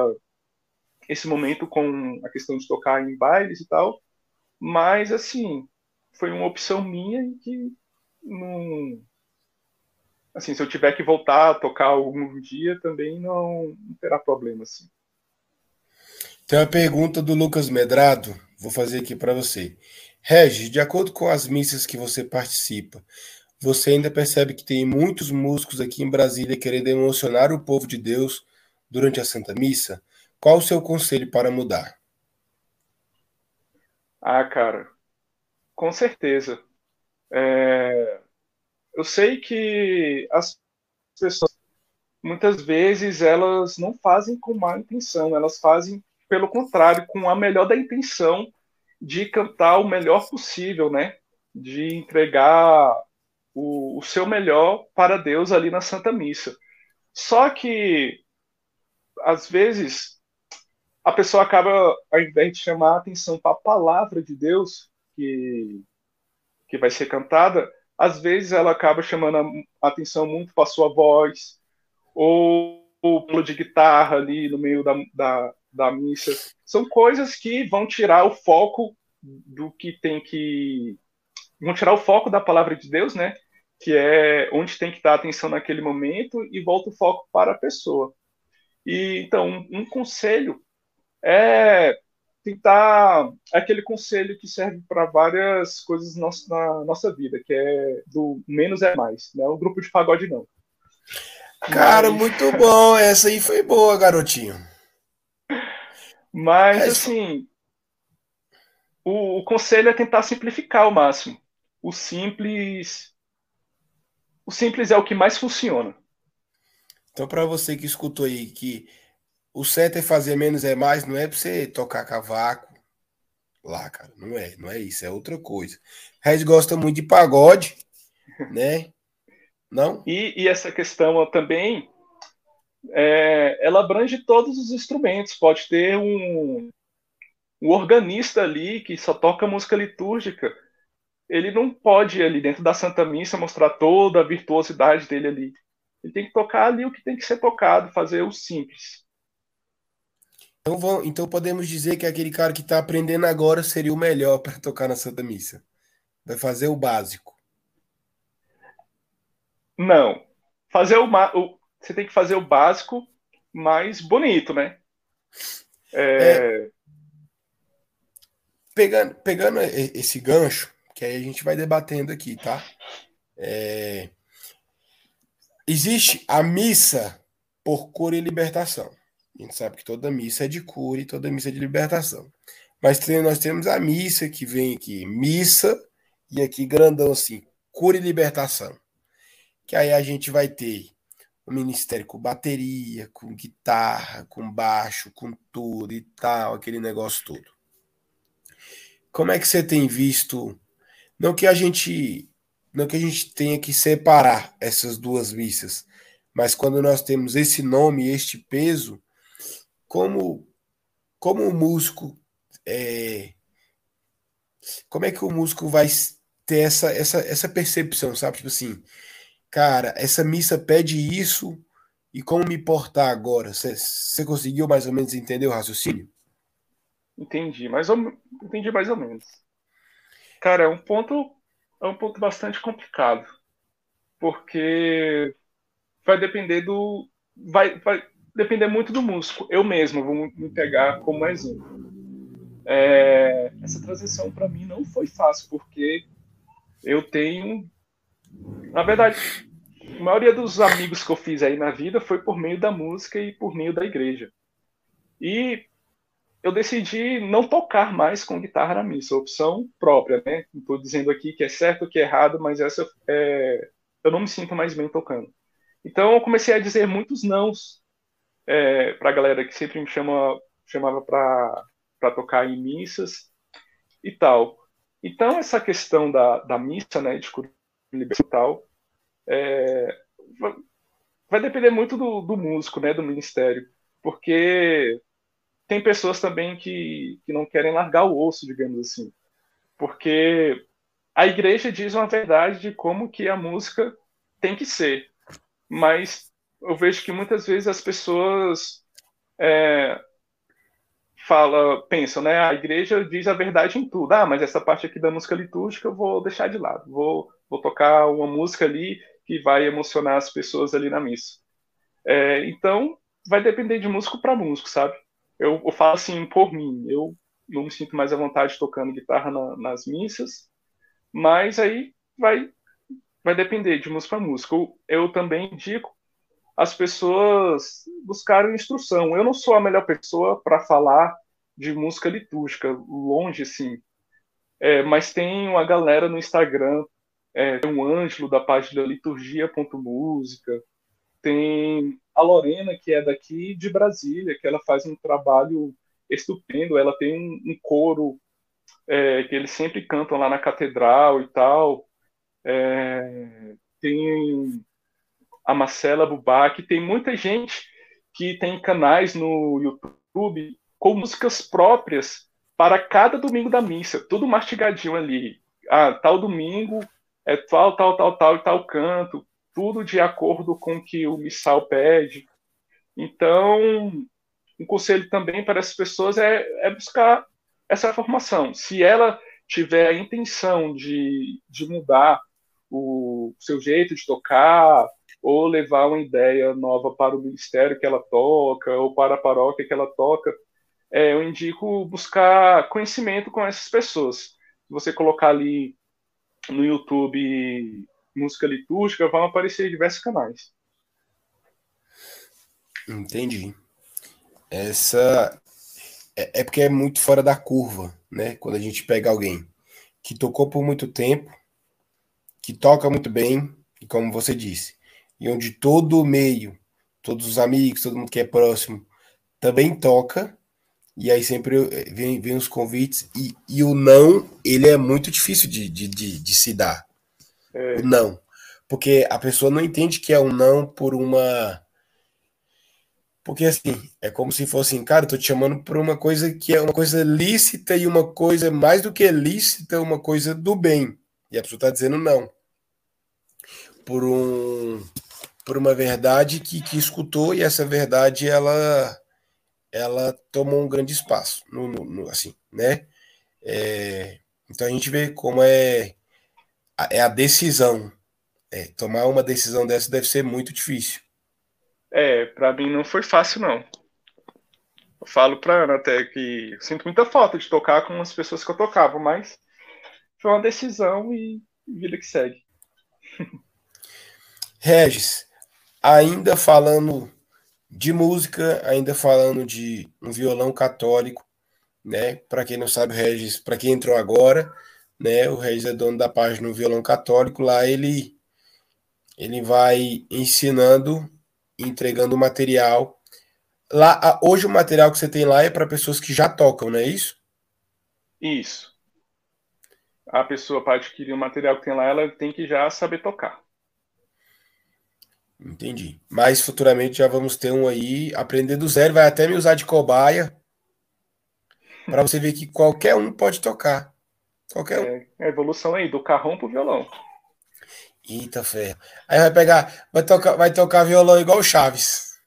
esse momento com a questão de tocar em bailes e tal, mas assim, foi uma opção minha e que não. Assim, se eu tiver que voltar a tocar algum dia, também não, não terá problema, assim. Tem uma pergunta do Lucas Medrado, vou fazer aqui para você. Regis, de acordo com as missas que você participa, você ainda percebe que tem muitos músicos aqui em Brasília querendo emocionar o povo de Deus durante a Santa Missa? Qual o seu conselho para mudar? Ah, cara, com certeza. É, eu sei que as pessoas, muitas vezes, elas não fazem com má intenção, elas fazem, pelo contrário, com a melhor da intenção de cantar o melhor possível, né? De entregar o, o seu melhor para Deus ali na Santa Missa. Só que, às vezes, a pessoa acaba, ao invés de chamar a atenção para a palavra de Deus, que, que vai ser cantada, às vezes ela acaba chamando a atenção muito para a sua voz, ou o pulo de guitarra ali no meio da, da, da missa. São coisas que vão tirar o foco do que tem que. Vão tirar o foco da palavra de Deus, né? Que é onde tem que dar atenção naquele momento e volta o foco para a pessoa. E então, um, um conselho é tentar aquele conselho que serve para várias coisas na nossa, na nossa vida, que é do menos é mais, não é um grupo de pagode não. Cara, Mas, muito bom. Essa aí foi boa, garotinho. mas Regis, assim, o, o conselho é tentar simplificar ao máximo. O simples, o simples é o que mais funciona. então, para você que escutou aí que o certo é fazer menos é mais, não é para você tocar cavaco lá, cara. Não é, não é isso, é outra coisa. Regis gosta muito de pagode, né? Não? E, e essa questão também, é, ela abrange todos os instrumentos. Pode ter um, um organista ali que só toca música litúrgica. Ele não pode, ali dentro da Santa Missa, mostrar toda a virtuosidade dele ali. Ele tem que tocar ali o que tem que ser tocado, fazer o simples. Então, vão, então podemos dizer que aquele cara que está aprendendo agora seria o melhor para tocar na Santa Missa. Vai fazer o básico. Não. Fazer o, o você tem que fazer o básico mais bonito, né? É, É, pegando, pegando esse gancho, que aí a gente vai debatendo aqui, tá? É, existe a missa por cura e libertação. A gente sabe que toda missa é de cura e toda missa é de libertação. Mas tem, nós temos a missa que vem aqui, missa, e aqui grandão assim, cura e libertação. Que aí a gente vai ter o ministério com bateria, com guitarra, com baixo, com tudo e tal, aquele negócio todo. Como é que você tem visto? Não que a gente, não que a gente tenha que separar essas duas missas, mas quando nós temos esse nome, este peso, como, como o músico, é, como é que o músico vai ter essa, essa, essa percepção, sabe? Tipo assim, cara, essa missa pede isso e como me portar agora? Você conseguiu mais ou menos entender o raciocínio? Entendi, mais ou, entendi mais ou menos. Cara, é um ponto, é um ponto bastante complicado, porque vai depender do, vai, vai depender muito do músico. Eu mesmo vou me pegar como exemplo. É, essa transição para mim não foi fácil, porque eu tenho, na verdade, a maioria dos amigos que eu fiz aí na vida foi por meio da música e por meio da igreja. E eu decidi não tocar mais com guitarra na missa, opção própria, né? Não estou dizendo aqui que é certo ou que é errado, mas essa é, eu não me sinto mais bem tocando. Então eu comecei a dizer muitos nãos é, para a galera que sempre me chama, chamava para tocar em missas e tal. Então essa questão da, da missa, né, de cura e libertação e tal, é, vai depender muito do, do músico, né, do ministério, porque tem pessoas também que, que não querem largar o osso, digamos assim, porque a igreja diz uma verdade de como que a música tem que ser, mas eu vejo que muitas vezes as pessoas é, fala, pensam, né, a igreja diz a verdade em tudo, ah, mas essa parte aqui da música litúrgica eu vou deixar de lado, vou, vou tocar uma música ali que vai emocionar as pessoas ali na missa. É, então, vai depender de músico para músico, sabe? Eu, eu falo assim por mim, eu não me sinto mais à vontade tocando guitarra na, nas missas, mas aí vai, vai depender de música para música. Eu, eu também indico as pessoas buscarem instrução. Eu não sou a melhor pessoa para falar de música litúrgica, longe sim, é, mas tem uma galera no Instagram, é, tem um Ângelo da página liturgia ponto música, tem a Lorena, que é daqui de Brasília, que ela faz um trabalho estupendo. Ela tem um, um coro é, que eles sempre cantam lá na catedral e tal. É, tem a Marcela Bubac, tem muita gente que tem canais no YouTube com músicas próprias para cada domingo da missa, tudo mastigadinho ali. Ah, tal domingo é tal, tal, tal, tal e tal canto, tudo de acordo com o que o missal pede. Então, um conselho também para essas pessoas é, é buscar essa formação. Se ela tiver a intenção de, de mudar o seu jeito de tocar, ou levar uma ideia nova para o ministério que ela toca, ou para a paróquia que ela toca, é, eu indico buscar conhecimento com essas pessoas. Se você colocar ali no YouTube música litúrgica, vão aparecer diversos canais. Entendi. Essa é, é porque é muito fora da curva, né? Quando a gente pega alguém que tocou por muito tempo, que toca muito bem, e como você disse, e onde todo o meio, todos os amigos, todo mundo que é próximo, também toca, e aí sempre vem, vem os convites, e, e o não, ele é muito difícil de, de, de, de se dar. É. O não. Porque a pessoa não entende que é um não por uma... Porque assim, é como se fosse assim, cara, eu tô te chamando por uma coisa que é uma coisa lícita e uma coisa mais do que lícita, uma coisa do bem. E a pessoa tá dizendo não. Por um... por uma verdade que, que escutou, e essa verdade ela ela tomou um grande espaço no, no, no assim, né? É, então a gente vê como é a, é a decisão, é, tomar uma decisão dessa deve ser muito difícil. É, para mim não foi fácil não. Eu falo pra Ana até que sinto muita falta de tocar com as pessoas que eu tocava, mas foi uma decisão e vida que segue. Regis, ainda falando De música, ainda falando de um violão católico, né? Para quem não sabe, o Regis, para quem entrou agora, né? O Regis é dono da página Um Violão Católico. Lá ele ele vai ensinando, entregando material. Lá hoje o material que você tem lá é para pessoas que já tocam, não é isso? Isso. A pessoa para adquirir o material que tem lá, ela tem que já saber tocar. Entendi. Mas futuramente já vamos ter um aí, aprender do zero, vai até me usar de cobaia, para você ver que qualquer um pode tocar. Qualquer um. É a evolução aí, do carrão pro violão. Eita ferro. Aí vai pegar, vai tocar, vai tocar violão igual o Chaves.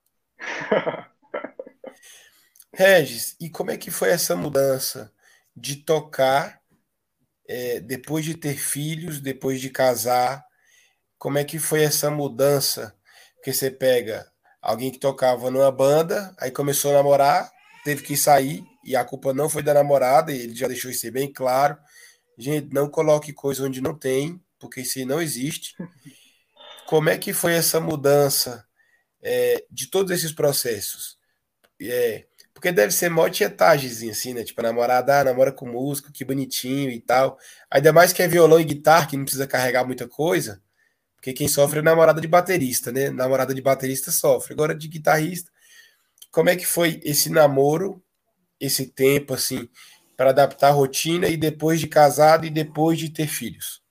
Regis, e como é que foi essa mudança de tocar é, depois de ter filhos, depois de casar? Como é que foi essa mudança? Porque você pega alguém que tocava numa banda, aí começou a namorar, teve que sair, e a culpa não foi da namorada, e ele já deixou isso bem claro. Gente, não coloque coisa onde não tem, porque isso aí não existe. Como é que foi essa mudança é, de todos esses processos? É, porque deve ser mó tietagemzinha, assim, né? Tipo, a namorada, ah, namora com músico, que bonitinho e tal. Ainda mais que é violão e guitarra, que não precisa carregar muita coisa. Porque quem sofre é namorada de baterista, né? Namorada de baterista sofre. Agora de guitarrista, como é que foi esse namoro, esse tempo, assim, para adaptar a rotina e depois de casado e depois de ter filhos?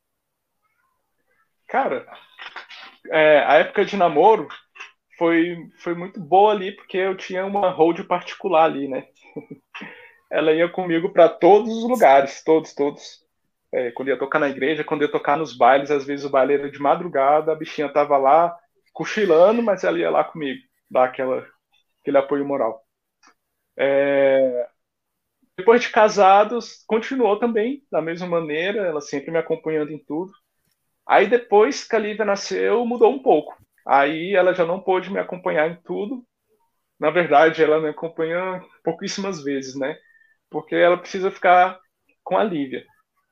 Cara, é, a época de namoro foi, foi muito boa ali, porque eu tinha uma hold particular ali, né? Ela ia comigo para todos os lugares, todos, todos. É, quando ia tocar na igreja, quando ia tocar nos bailes, às vezes o baile era de madrugada, a bichinha tava lá cochilando, mas ela ia lá comigo, dar aquela, aquele apoio moral. É, depois de casados, continuou também da mesma maneira, ela sempre me acompanhando em tudo. Aí depois que a Lívia nasceu, mudou um pouco. Aí ela já não pôde me acompanhar em tudo. Na verdade, ela me acompanha pouquíssimas vezes, né? Porque ela precisa ficar com a Lívia.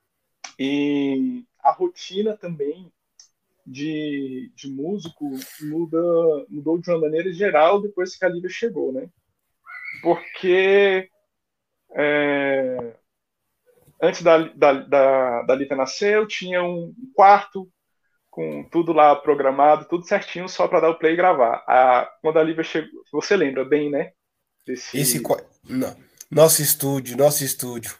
E a rotina também de, de músico muda, mudou de uma maneira geral depois que a Lívia chegou, né? Porque é, antes da, da, da, da Lívia nascer, eu tinha um quarto com tudo lá programado, tudo certinho, só para dar o play e gravar. A, quando a Lívia chegou, você lembra bem, né? Desse... Esse não, nosso estúdio, nosso estúdio.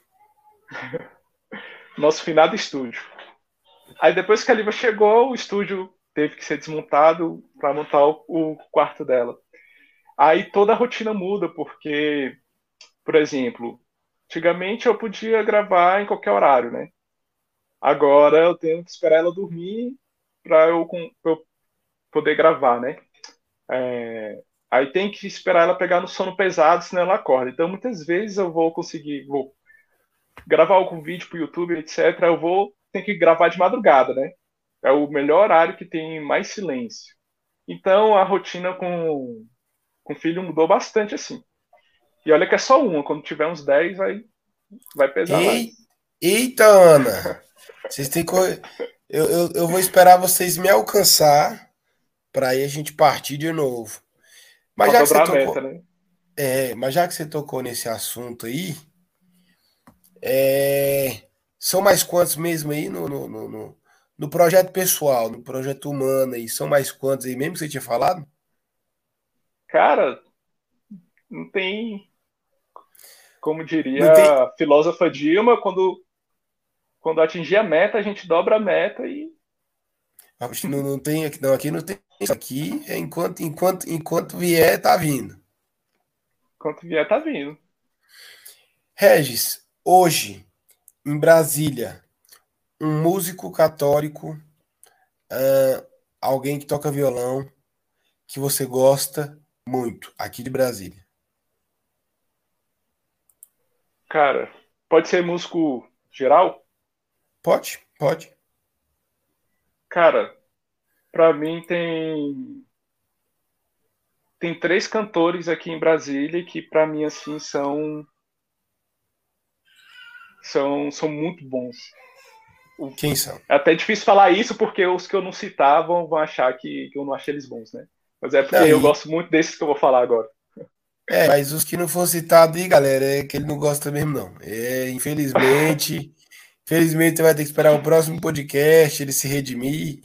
Nosso finado estúdio. Aí depois que a Lívia chegou, o estúdio teve que ser desmontado para montar o, o quarto dela. Aí toda a rotina muda, porque, por exemplo, antigamente eu podia gravar em qualquer horário, né? Agora eu tenho que esperar ela dormir para eu, eu poder gravar, né? É, aí tem que esperar ela pegar no sono pesado, senão ela acorda. Então muitas vezes eu vou conseguir, vou gravar algum vídeo para o YouTube, etcétera. Eu vou ter que gravar de madrugada, né? É o melhor horário que tem mais silêncio. Então a rotina com com o filho mudou bastante assim. E olha que é só uma, quando tiver uns dez vai, vai pesar Ei, mais. eita, Ana! Vocês têm que. Eu, eu, eu vou esperar vocês me alcançar para aí a gente partir de novo. Mas Pra já que você dobrar a tocou. meta, né? É, mas já que você tocou nesse assunto aí, é, são mais quantos mesmo aí no, no, no, no, no projeto pessoal, no projeto humano aí? São mais quantos aí mesmo que você tinha falado? Cara, não tem, como Não tem. diria a filósofa Dilma, quando, quando atingir a meta, a gente dobra a meta e Não, não tem aqui, não, aqui não tem isso. Aqui é enquanto, enquanto, enquanto vier, tá vindo. quanto vier, tá vindo. Regis, hoje, em Brasília, um músico católico, uh, alguém que toca violão, que você gosta muito, aqui de Brasília. Cara, pode ser músico geral? Pode? Pode. Cara, pra mim tem tem três cantores aqui em Brasília que pra mim assim são são são muito bons. Quem são? É até difícil falar isso porque os que eu não citar vão, vão achar que, que eu não achei eles bons, né? Mas é porque Não, eu e- gosto muito desses que eu vou falar agora. é, mas os que não foram citados aí, galera, é que ele não gosta mesmo, não. É, infelizmente, infelizmente você vai ter que esperar o próximo podcast, ele se redimir.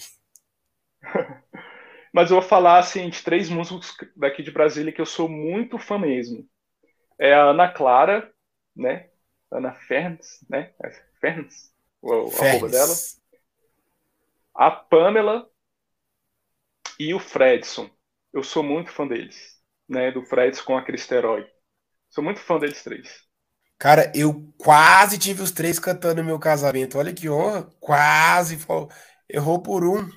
Mas eu vou falar assim de três músicos daqui de Brasília que eu sou muito fã mesmo. É a Ana Clara, né? Ana Ferns, né? É Ferns, o, o arroba dela. Fernes. A Pamela e o Fredson. Eu sou muito fã deles, né? Do Fredson com a Cristerói. Sou muito fã deles três. Cara, eu quase tive os três cantando no meu casamento. Olha que honra. Quase. fal- Errou por um.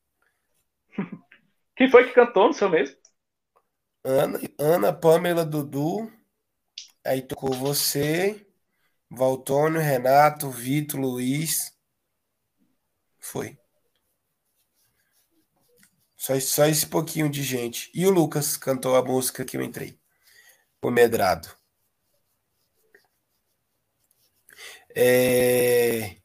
Quem foi que cantou no seu mesmo? Ana, Ana, Pamela, Dudu. Aí tocou você, Valtônio, Renato, Vitor, Luiz. Foi. Só, só esse pouquinho de gente. E o Lucas cantou a música que eu entrei. O Medrado. É...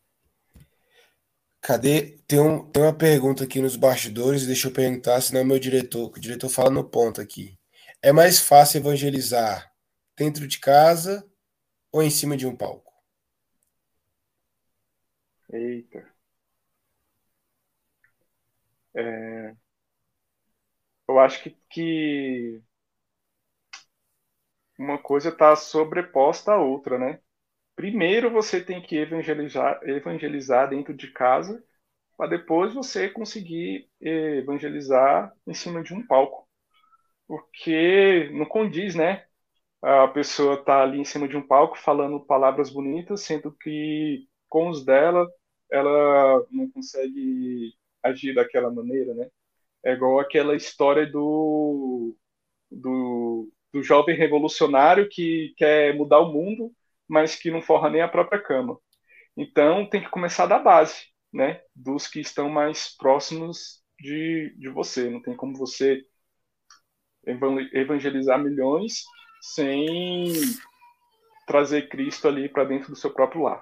Cadê? Tem, um, tem uma pergunta aqui nos bastidores, deixa eu perguntar, senão meu diretor, o diretor fala no ponto aqui. É mais fácil evangelizar dentro de casa ou em cima de um palco? Eita. É, eu acho que, que uma coisa está sobreposta à outra, né? Primeiro você tem que evangelizar, evangelizar dentro de casa, para depois você conseguir evangelizar em cima de um palco. Porque não condiz, né? A pessoa está ali em cima de um palco falando palavras bonitas, sendo que com os dela ela não consegue agir daquela maneira, né? É igual aquela história do, do, do jovem revolucionário que quer mudar o mundo, mas que não forra nem a própria cama. Então tem que começar da base, né? Dos que estão mais próximos de, de você. Não tem como você evangelizar milhões sem trazer Cristo ali para dentro do seu próprio lar.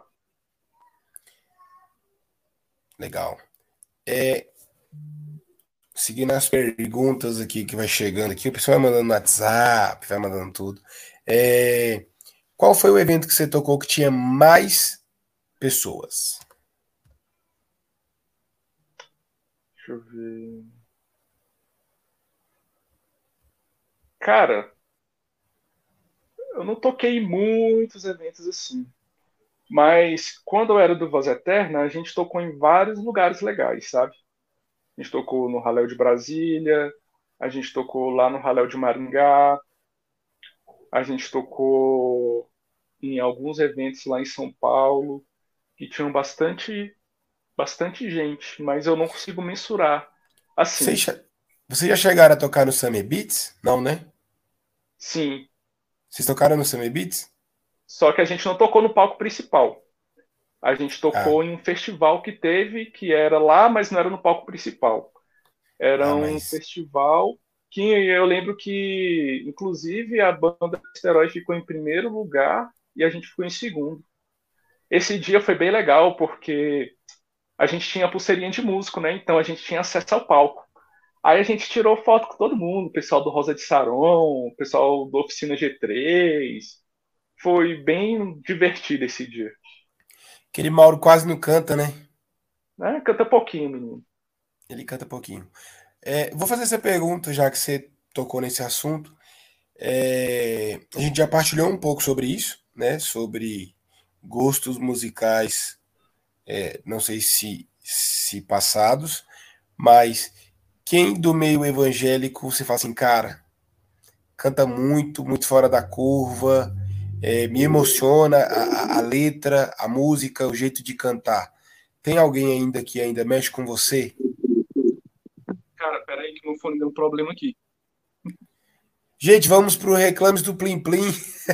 Legal. É, seguindo as perguntas aqui que vai chegando aqui, o pessoal vai mandando no WhatsApp, vai mandando tudo. É, qual foi o evento que você tocou que tinha mais pessoas? Deixa eu ver. Cara, eu não toquei em muitos eventos assim. Mas quando eu era do Voz Eterna, a gente tocou em vários lugares legais, sabe? A gente tocou no Raléu de Brasília, a gente tocou lá no Raléu de Maringá, a gente tocou em alguns eventos lá em São Paulo, que tinham bastante, bastante gente, mas eu não consigo mensurar. Vocês, Assim, che- vocês já chegaram a tocar no Summer Beats? Não, né? sim, Vocês tocaram no Summer Beats? só que a gente não tocou no palco principal. A gente Ah, tocou em um festival que teve, que era lá, mas não era no palco principal. Era ah, um mas festival que eu lembro que, inclusive, a banda Asteroid ficou em primeiro lugar e a gente ficou em segundo. Esse dia foi bem legal porque a gente tinha pulseirinha de músico, né? Então a gente tinha acesso ao palco. Aí a gente tirou foto com todo mundo, o pessoal do Rosa de Saron, o pessoal do Oficina G três. Foi bem divertido esse dia. aquele Mauro quase não canta, né? Né? Canta pouquinho, menino. Ele canta pouquinho. É, vou fazer essa pergunta, já que você tocou nesse assunto. É, a gente já partilhou um pouco sobre isso, né? Sobre gostos musicais, é, não sei se, se passados, mas quem do meio evangélico você fala assim, cara, canta muito, muito fora da curva, é, me emociona a, a, a letra, a música, o jeito de cantar. Tem alguém ainda que ainda mexe com você? Cara, peraí que meu fone deu um problema aqui. Gente, vamos pro Reclames do Plim Plim.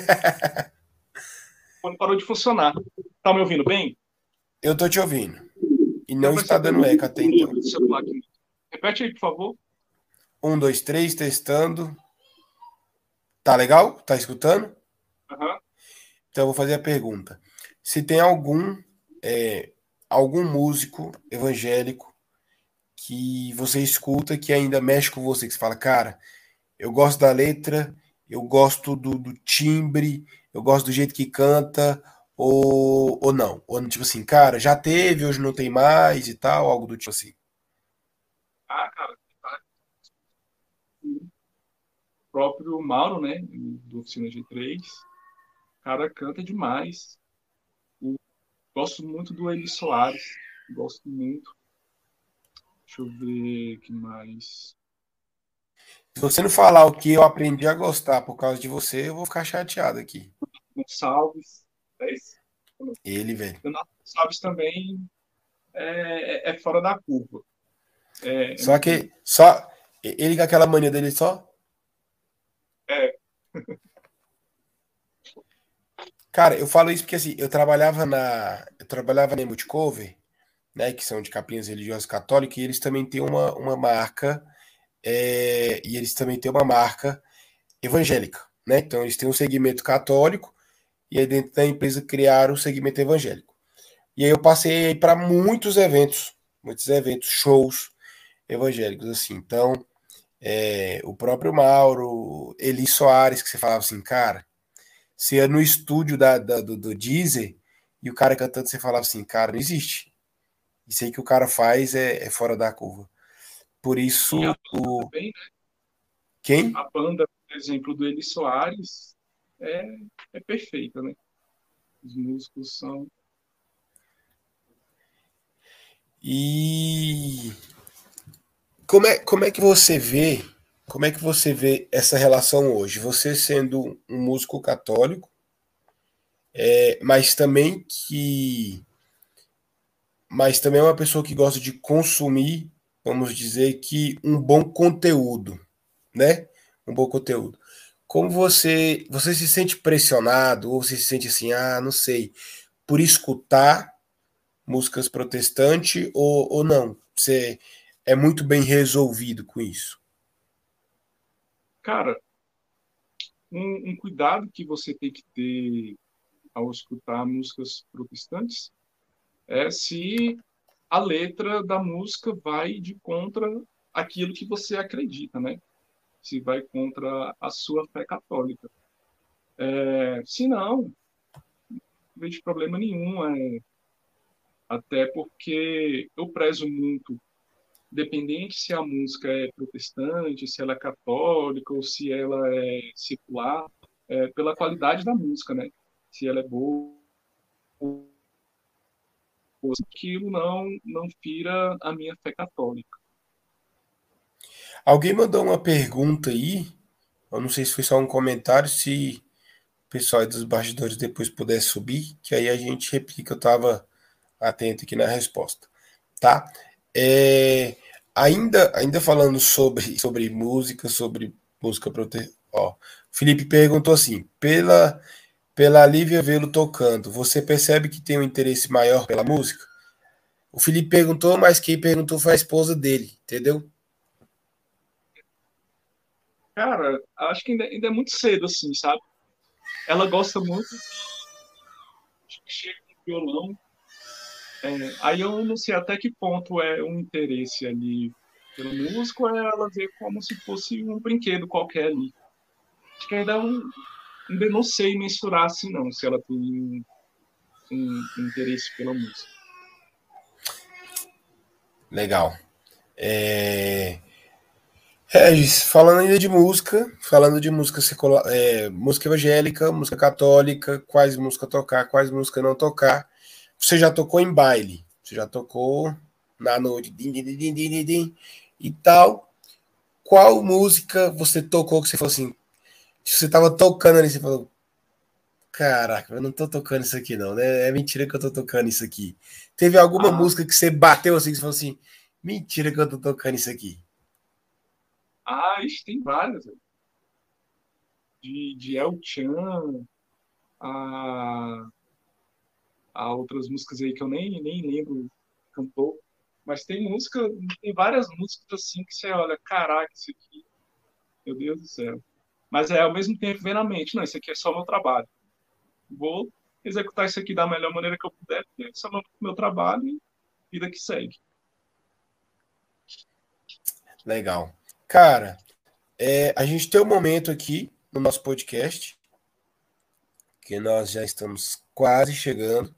O fone parou de funcionar. Tá me ouvindo bem? Eu tô te ouvindo. E Eu não está recebi dando eco até um então. do celular aqui. Repete aí, por favor. Um, dois, três, testando. Tá legal? Tá escutando? Aham. Então eu vou fazer a pergunta. Se tem algum, é, algum músico evangélico que você escuta que ainda mexe com você, que você fala, cara, eu gosto da letra, eu gosto do, do timbre, eu gosto do jeito que canta, ou, ou não? Ou tipo assim, cara, já teve, hoje não tem mais e tal, algo do tipo assim. Ah, cara, tá. O próprio Mauro, né, do Oficina G três, o cara canta demais. Eu gosto muito do Eli Soares, gosto muito. Deixa eu ver o que mais. Se você não falar o que eu aprendi a gostar por causa de você, eu vou ficar chateado aqui. Gonçalves, é esse. Ele, velho. Leonardo Gonçalves também é, é é fora da curva. É, é Só muito bom. que, só, ele com aquela mania dele só. É, Cara, eu falo isso porque assim, eu trabalhava na, eu trabalhava na Multicover, né, que são de capinhas religiosas católicas, e eles também têm uma, uma marca, é, e eles também têm uma marca evangélica, né? Então eles têm um segmento católico e aí dentro da empresa criaram o segmento evangélico. E aí eu passei para muitos eventos, muitos eventos, shows evangélicos assim. Então, é, o próprio Mauro, Eli Soares, que você falava assim, cara, você ia no estúdio da, da- do, do Deezer e o cara cantando, você falava assim, cara, não existe. Isso aí que o cara faz é, é fora da curva. Por e a isso, banda o também, né? quem? A banda, por exemplo, do Eli Soares é, é perfeita, né? Os músicos são. E como é, como é que você vê, como é que você vê essa relação hoje? Você sendo um músico católico, é, mas também que, mas também é uma pessoa que gosta de consumir, vamos dizer que um bom conteúdo, né? Um bom conteúdo. Como você, você se sente pressionado ou você se sente assim, ah, não sei, por escutar músicas protestantes ou, ou não? Você é muito bem resolvido com isso? Cara, um, um cuidado que você tem que ter ao escutar músicas protestantes é se a letra da música vai de contra aquilo que você acredita, né? Se vai contra a sua fé católica. É, se não, não vejo problema nenhum. É, até porque eu prezo muito, independente se a música é protestante, se ela é católica ou se ela é secular, é, pela qualidade da música, né? Se ela é boa, aquilo não não fira a minha fé católica. Alguém mandou uma pergunta aí, eu não sei se foi só um comentário, se o pessoal aí dos bastidores depois puder subir, que aí a gente replica, eu estava atento aqui na resposta, tá? É, ainda, ainda falando sobre, sobre música, sobre música prote... ó, Felipe perguntou assim, pela, pela Lívia vê-lo tocando, você percebe que tem um interesse maior pela música? O Felipe perguntou, mas quem perguntou foi a esposa dele, entendeu? Cara, acho que ainda, ainda é muito cedo, assim, sabe? Ela gosta muito de mexer com violão. É, aí eu não sei até que ponto é um interesse ali pela música, ou é ela ver como se fosse um brinquedo qualquer ali. Acho que ainda é um, ainda não sei mensurar assim, não, se ela tem um, um interesse pela música. Legal. É... Regis, falando ainda de música, falando de música secular, é, música evangélica, música católica, quais músicas tocar, quais músicas não tocar. Você já tocou em baile, você já tocou na noite, din, din, din, din, din, din, e tal. Qual música você tocou que você falou assim, que você tava tocando ali, você falou, caraca, eu não tô tocando isso aqui não, né? É mentira que eu tô tocando isso aqui. Teve alguma Ah, música que você bateu assim, que você falou assim, mentira que eu tô tocando isso aqui. ah, isso tem várias, velho. De, de El Chan a, a outras músicas aí que eu nem, nem lembro cantor. Mas tem música, tem várias músicas assim que você olha, caraca, isso aqui, meu Deus do céu. Mas é ao mesmo tempo vem na mente, não, isso aqui é só meu trabalho. Vou executar isso aqui da melhor maneira que eu puder, porque isso é meu, meu trabalho e vida que segue. Legal. Cara, é, a gente tem um momento aqui no nosso podcast, que nós já estamos quase chegando,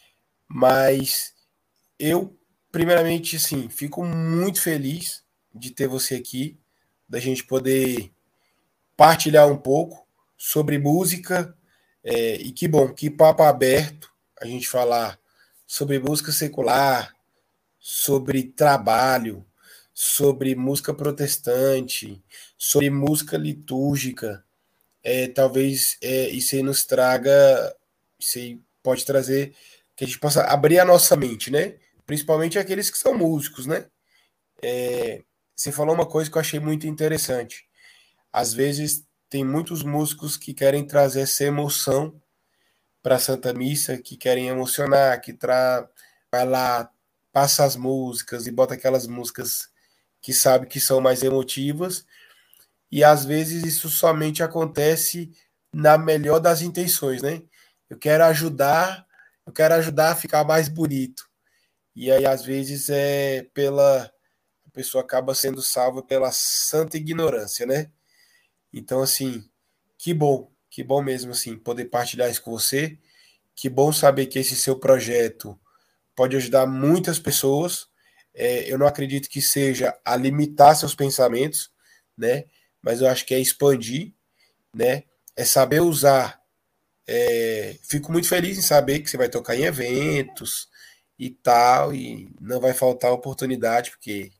mas eu, primeiramente, assim, fico muito feliz de ter você aqui, da gente poder partilhar um pouco sobre música, é, e que bom, que papo aberto a gente falar sobre música secular, sobre trabalho, sobre música protestante, sobre música litúrgica. É, talvez é, isso aí nos traga, isso aí pode trazer que a gente possa abrir a nossa mente, né? Principalmente aqueles que são músicos, né? É, você falou uma coisa que eu achei muito interessante. Às vezes tem muitos músicos que querem trazer essa emoção para a Santa Missa, que querem emocionar, que tra... vai lá, passa as músicas e bota aquelas músicas que sabe que são mais emotivas, e às vezes isso somente acontece na melhor das intenções, né? Eu quero ajudar, eu quero ajudar a ficar mais bonito. E aí, às vezes, é pela. A pessoa acaba sendo salva pela santa ignorância, né? Então, assim, que bom, que bom mesmo, assim, poder partilhar isso com você. Que bom saber que esse seu projeto pode ajudar muitas pessoas. É, eu não acredito que seja a limitar seus pensamentos, né? Mas eu acho que é expandir, né? É saber usar. É, fico muito feliz em saber que você vai tocar em eventos e tal, e não vai faltar oportunidade, porque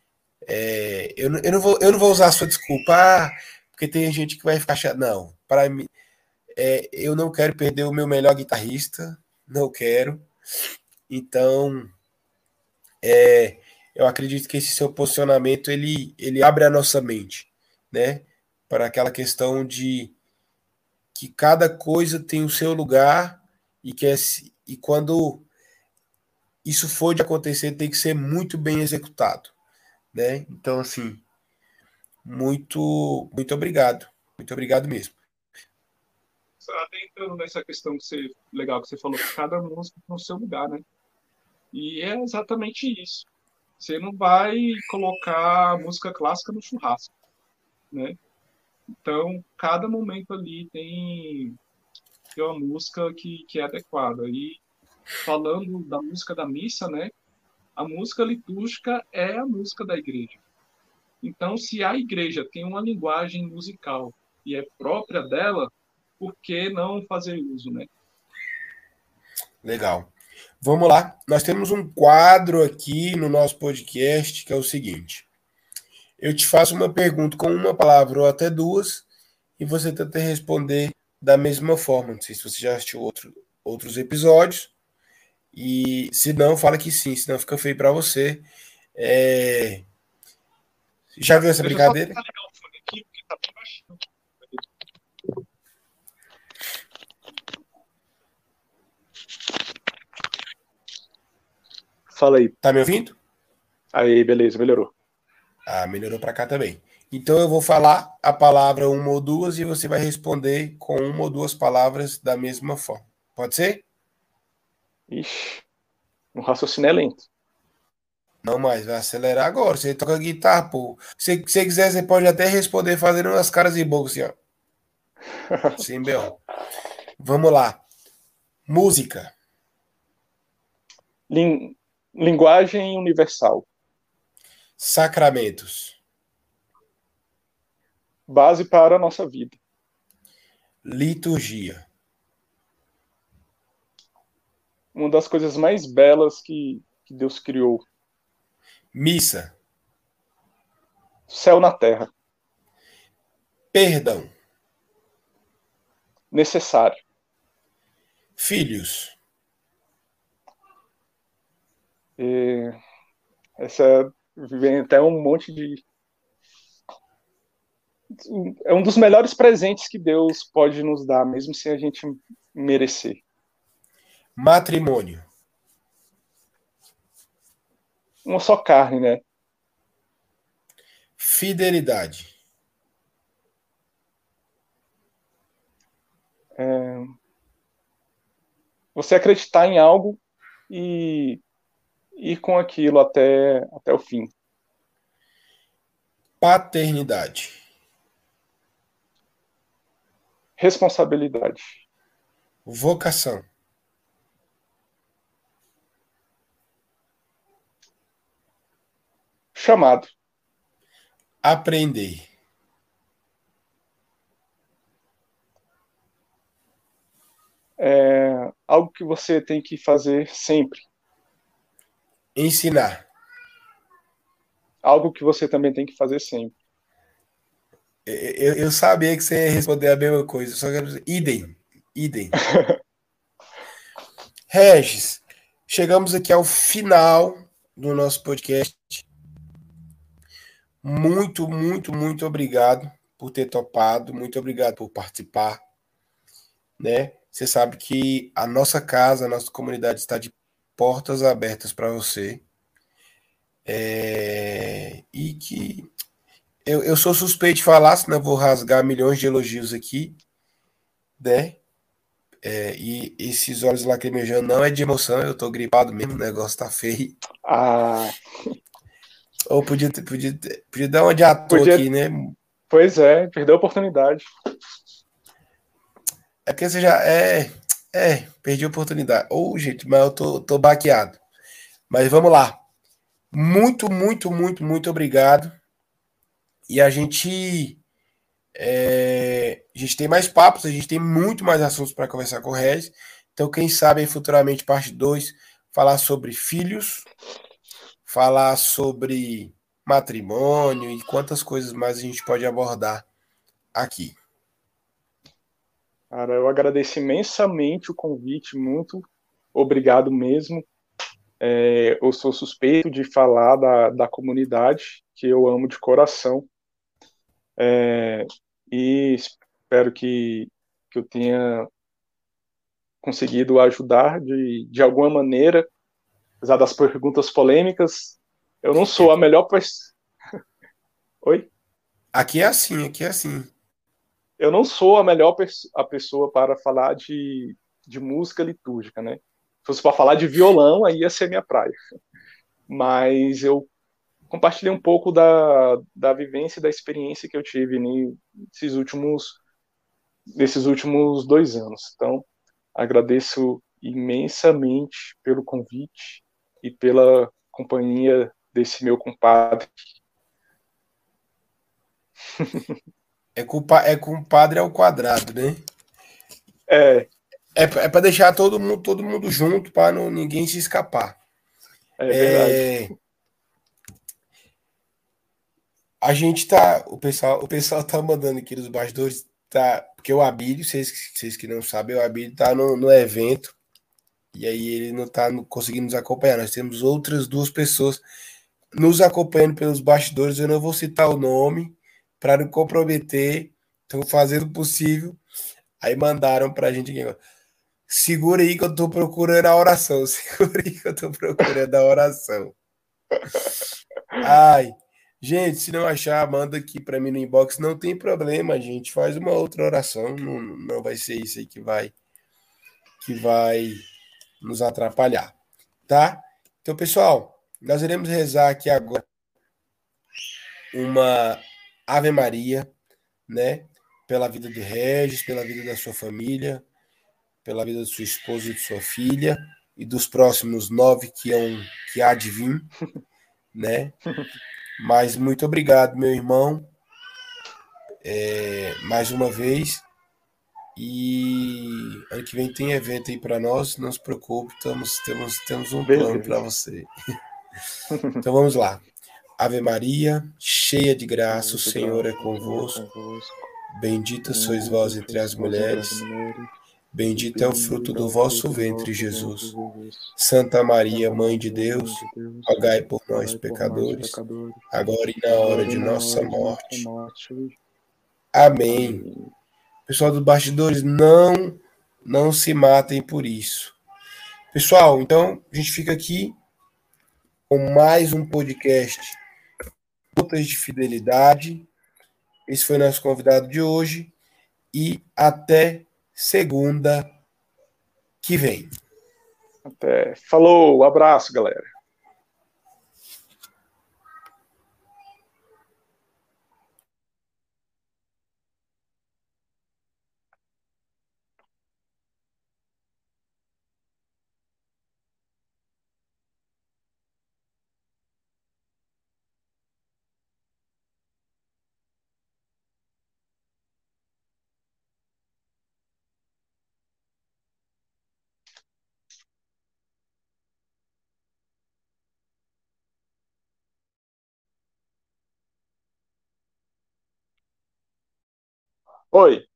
é, eu, não- eu, não vou, eu não vou usar a sua desculpa, ah, porque tem gente que vai ficar chato. Não, para mim, é, eu não quero perder o meu melhor guitarrista, não quero. Então, é, eu acredito que esse seu posicionamento ele, ele abre a nossa mente, né? Para aquela questão de que cada coisa tem o seu lugar e que é, e quando isso for de acontecer tem que ser muito bem executado, né? Então assim, muito muito obrigado, muito obrigado mesmo. Até entrando nessa questão que você, legal que você falou, que cada música tem o seu lugar, né? E é exatamente isso. Você não vai colocar música clássica no churrasco, né? Então, cada momento ali tem, tem uma música que, que é adequada. E falando da música da missa, né? A música litúrgica é a música da igreja. Então, se a igreja tem uma linguagem musical e é própria dela, por que não fazer uso, né? Legal. Vamos lá. Nós temos um quadro aqui no nosso podcast que é o seguinte: eu te faço uma pergunta com uma palavra ou até duas e você tenta responder da mesma forma. Não sei se você já assistiu outro, outros episódios. E se não, fala que sim, senão fica feio para você. É, já viu essa Deixa eu só brincadeira? tentar ligar o fone aqui, porque tá bem baixinho. Fala aí. Tá me ouvindo? Aí, beleza, melhorou. Ah, melhorou para cá também. Então eu vou falar a palavra uma ou duas e você vai responder com uma ou duas palavras da mesma forma. Pode ser? Ixi, o raciocínio é lento. Não mais, vai acelerar agora. Você toca guitarra, pô. Se você quiser, você pode até responder fazendo umas caras e bocas assim, ó. Sim, Bel. Vamos lá. Música. Lin- Linguagem universal. Sacramentos. Base para a nossa vida. Liturgia. Uma das coisas mais belas que, que Deus criou. Missa. Céu na terra. Perdão. Necessário. Filhos. E essa vem até um monte de. É um dos melhores presentes que Deus pode nos dar, mesmo sem a gente merecer. Matrimônio. Uma só carne, né? Fidelidade. É... Você acreditar em algo e ir com aquilo até, até o fim. Paternidade. Responsabilidade. Vocação. Chamado. Aprender. É algo que você tem que fazer sempre. Ensinar. Algo que você também tem que fazer sempre. Eu, eu sabia que você ia responder a mesma coisa, só quero dizer, idem, idem. Regis, chegamos aqui ao final do nosso podcast. Muito, muito, muito obrigado por ter topado, muito obrigado por participar, né? Você sabe que a nossa casa, a nossa comunidade está de portas abertas para você. É... E que eu, eu sou suspeito de falar, senão eu vou rasgar milhões de elogios aqui, né? É, e esses olhos lacrimejando não é de emoção, eu tô gripado mesmo, o negócio tá feio. Ah, Ou podia, podia, podia dar uma de ator podia... aqui, né? Pois é, perdeu a oportunidade. É porque você já. É, é, perdi a oportunidade. Ou, oh, gente, mas eu tô, tô baqueado. Mas vamos lá. Muito, muito, muito, muito obrigado. E a gente. É, a gente tem mais papos, a gente tem muito mais assuntos para conversar com o Regis. Então, quem sabe aí futuramente, parte dois, falar sobre filhos, falar sobre matrimônio e quantas coisas mais a gente pode abordar aqui. Cara, eu agradeço imensamente o convite, muito obrigado mesmo. É, eu sou suspeito de falar da, da comunidade, que eu amo de coração. É, e espero que, que eu tenha conseguido ajudar de, de alguma maneira, apesar das perguntas polêmicas. Eu não sou a melhor pessoa. Oi? Aqui é assim, aqui é assim. Eu não sou a melhor pe- a pessoa para falar de, de música litúrgica, né? Se fosse para falar de violão, aí ia ser minha praia. Mas eu compartilhei um pouco da, da vivência e da experiência que eu tive nesses últimos, nesses últimos dois anos. Então, agradeço imensamente pelo convite e pela companhia desse meu compadre. É com, é com o padre ao quadrado, né? É, É, é para deixar todo mundo, todo mundo junto, para ninguém se escapar. é verdade. É, a gente tá. O pessoal, o pessoal tá mandando aqui nos bastidores, tá? Porque o Abílio, vocês, vocês que não sabem, o Abílio tá no, no evento. E aí ele não tá no, conseguindo nos acompanhar. Nós temos outras duas pessoas nos acompanhando pelos bastidores. Eu não vou citar o nome para não comprometer. Estão fazendo o possível. Aí mandaram pra gente aqui. Segura aí que eu tô procurando a oração. Segura aí que eu tô procurando a oração. Ai, gente, se não achar, manda aqui para mim no inbox. Não tem problema, a gente faz uma outra oração. Não, não vai ser isso aí que vai que vai nos atrapalhar, tá? Então, pessoal, nós iremos rezar aqui agora uma Ave Maria, né? Pela vida de Regis, pela vida da sua família, pela vida de sua esposa e de sua filha e dos próximos nove que, hão, que há de vir, né? Mas muito obrigado, meu irmão, é, mais uma vez. E ano que vem tem evento aí para nós, não se preocupe, temos, temos, temos um Beleza. plano para você. Então vamos lá. Ave Maria, cheia de graça, o Senhor é convosco. Bendita sois vós entre as mulheres. Bendito é o fruto do vosso ventre, Jesus. Santa Maria, Mãe de Deus, rogai por nós, pecadores, agora e na hora de nossa morte. Amém. Pessoal dos bastidores, não, não se matem por isso. Pessoal, então a gente fica aqui com mais um podcast Gotas de Fidelidade. Esse foi nosso convidado de hoje e até segunda que vem. Até. Falou, abraço, galera. Oi.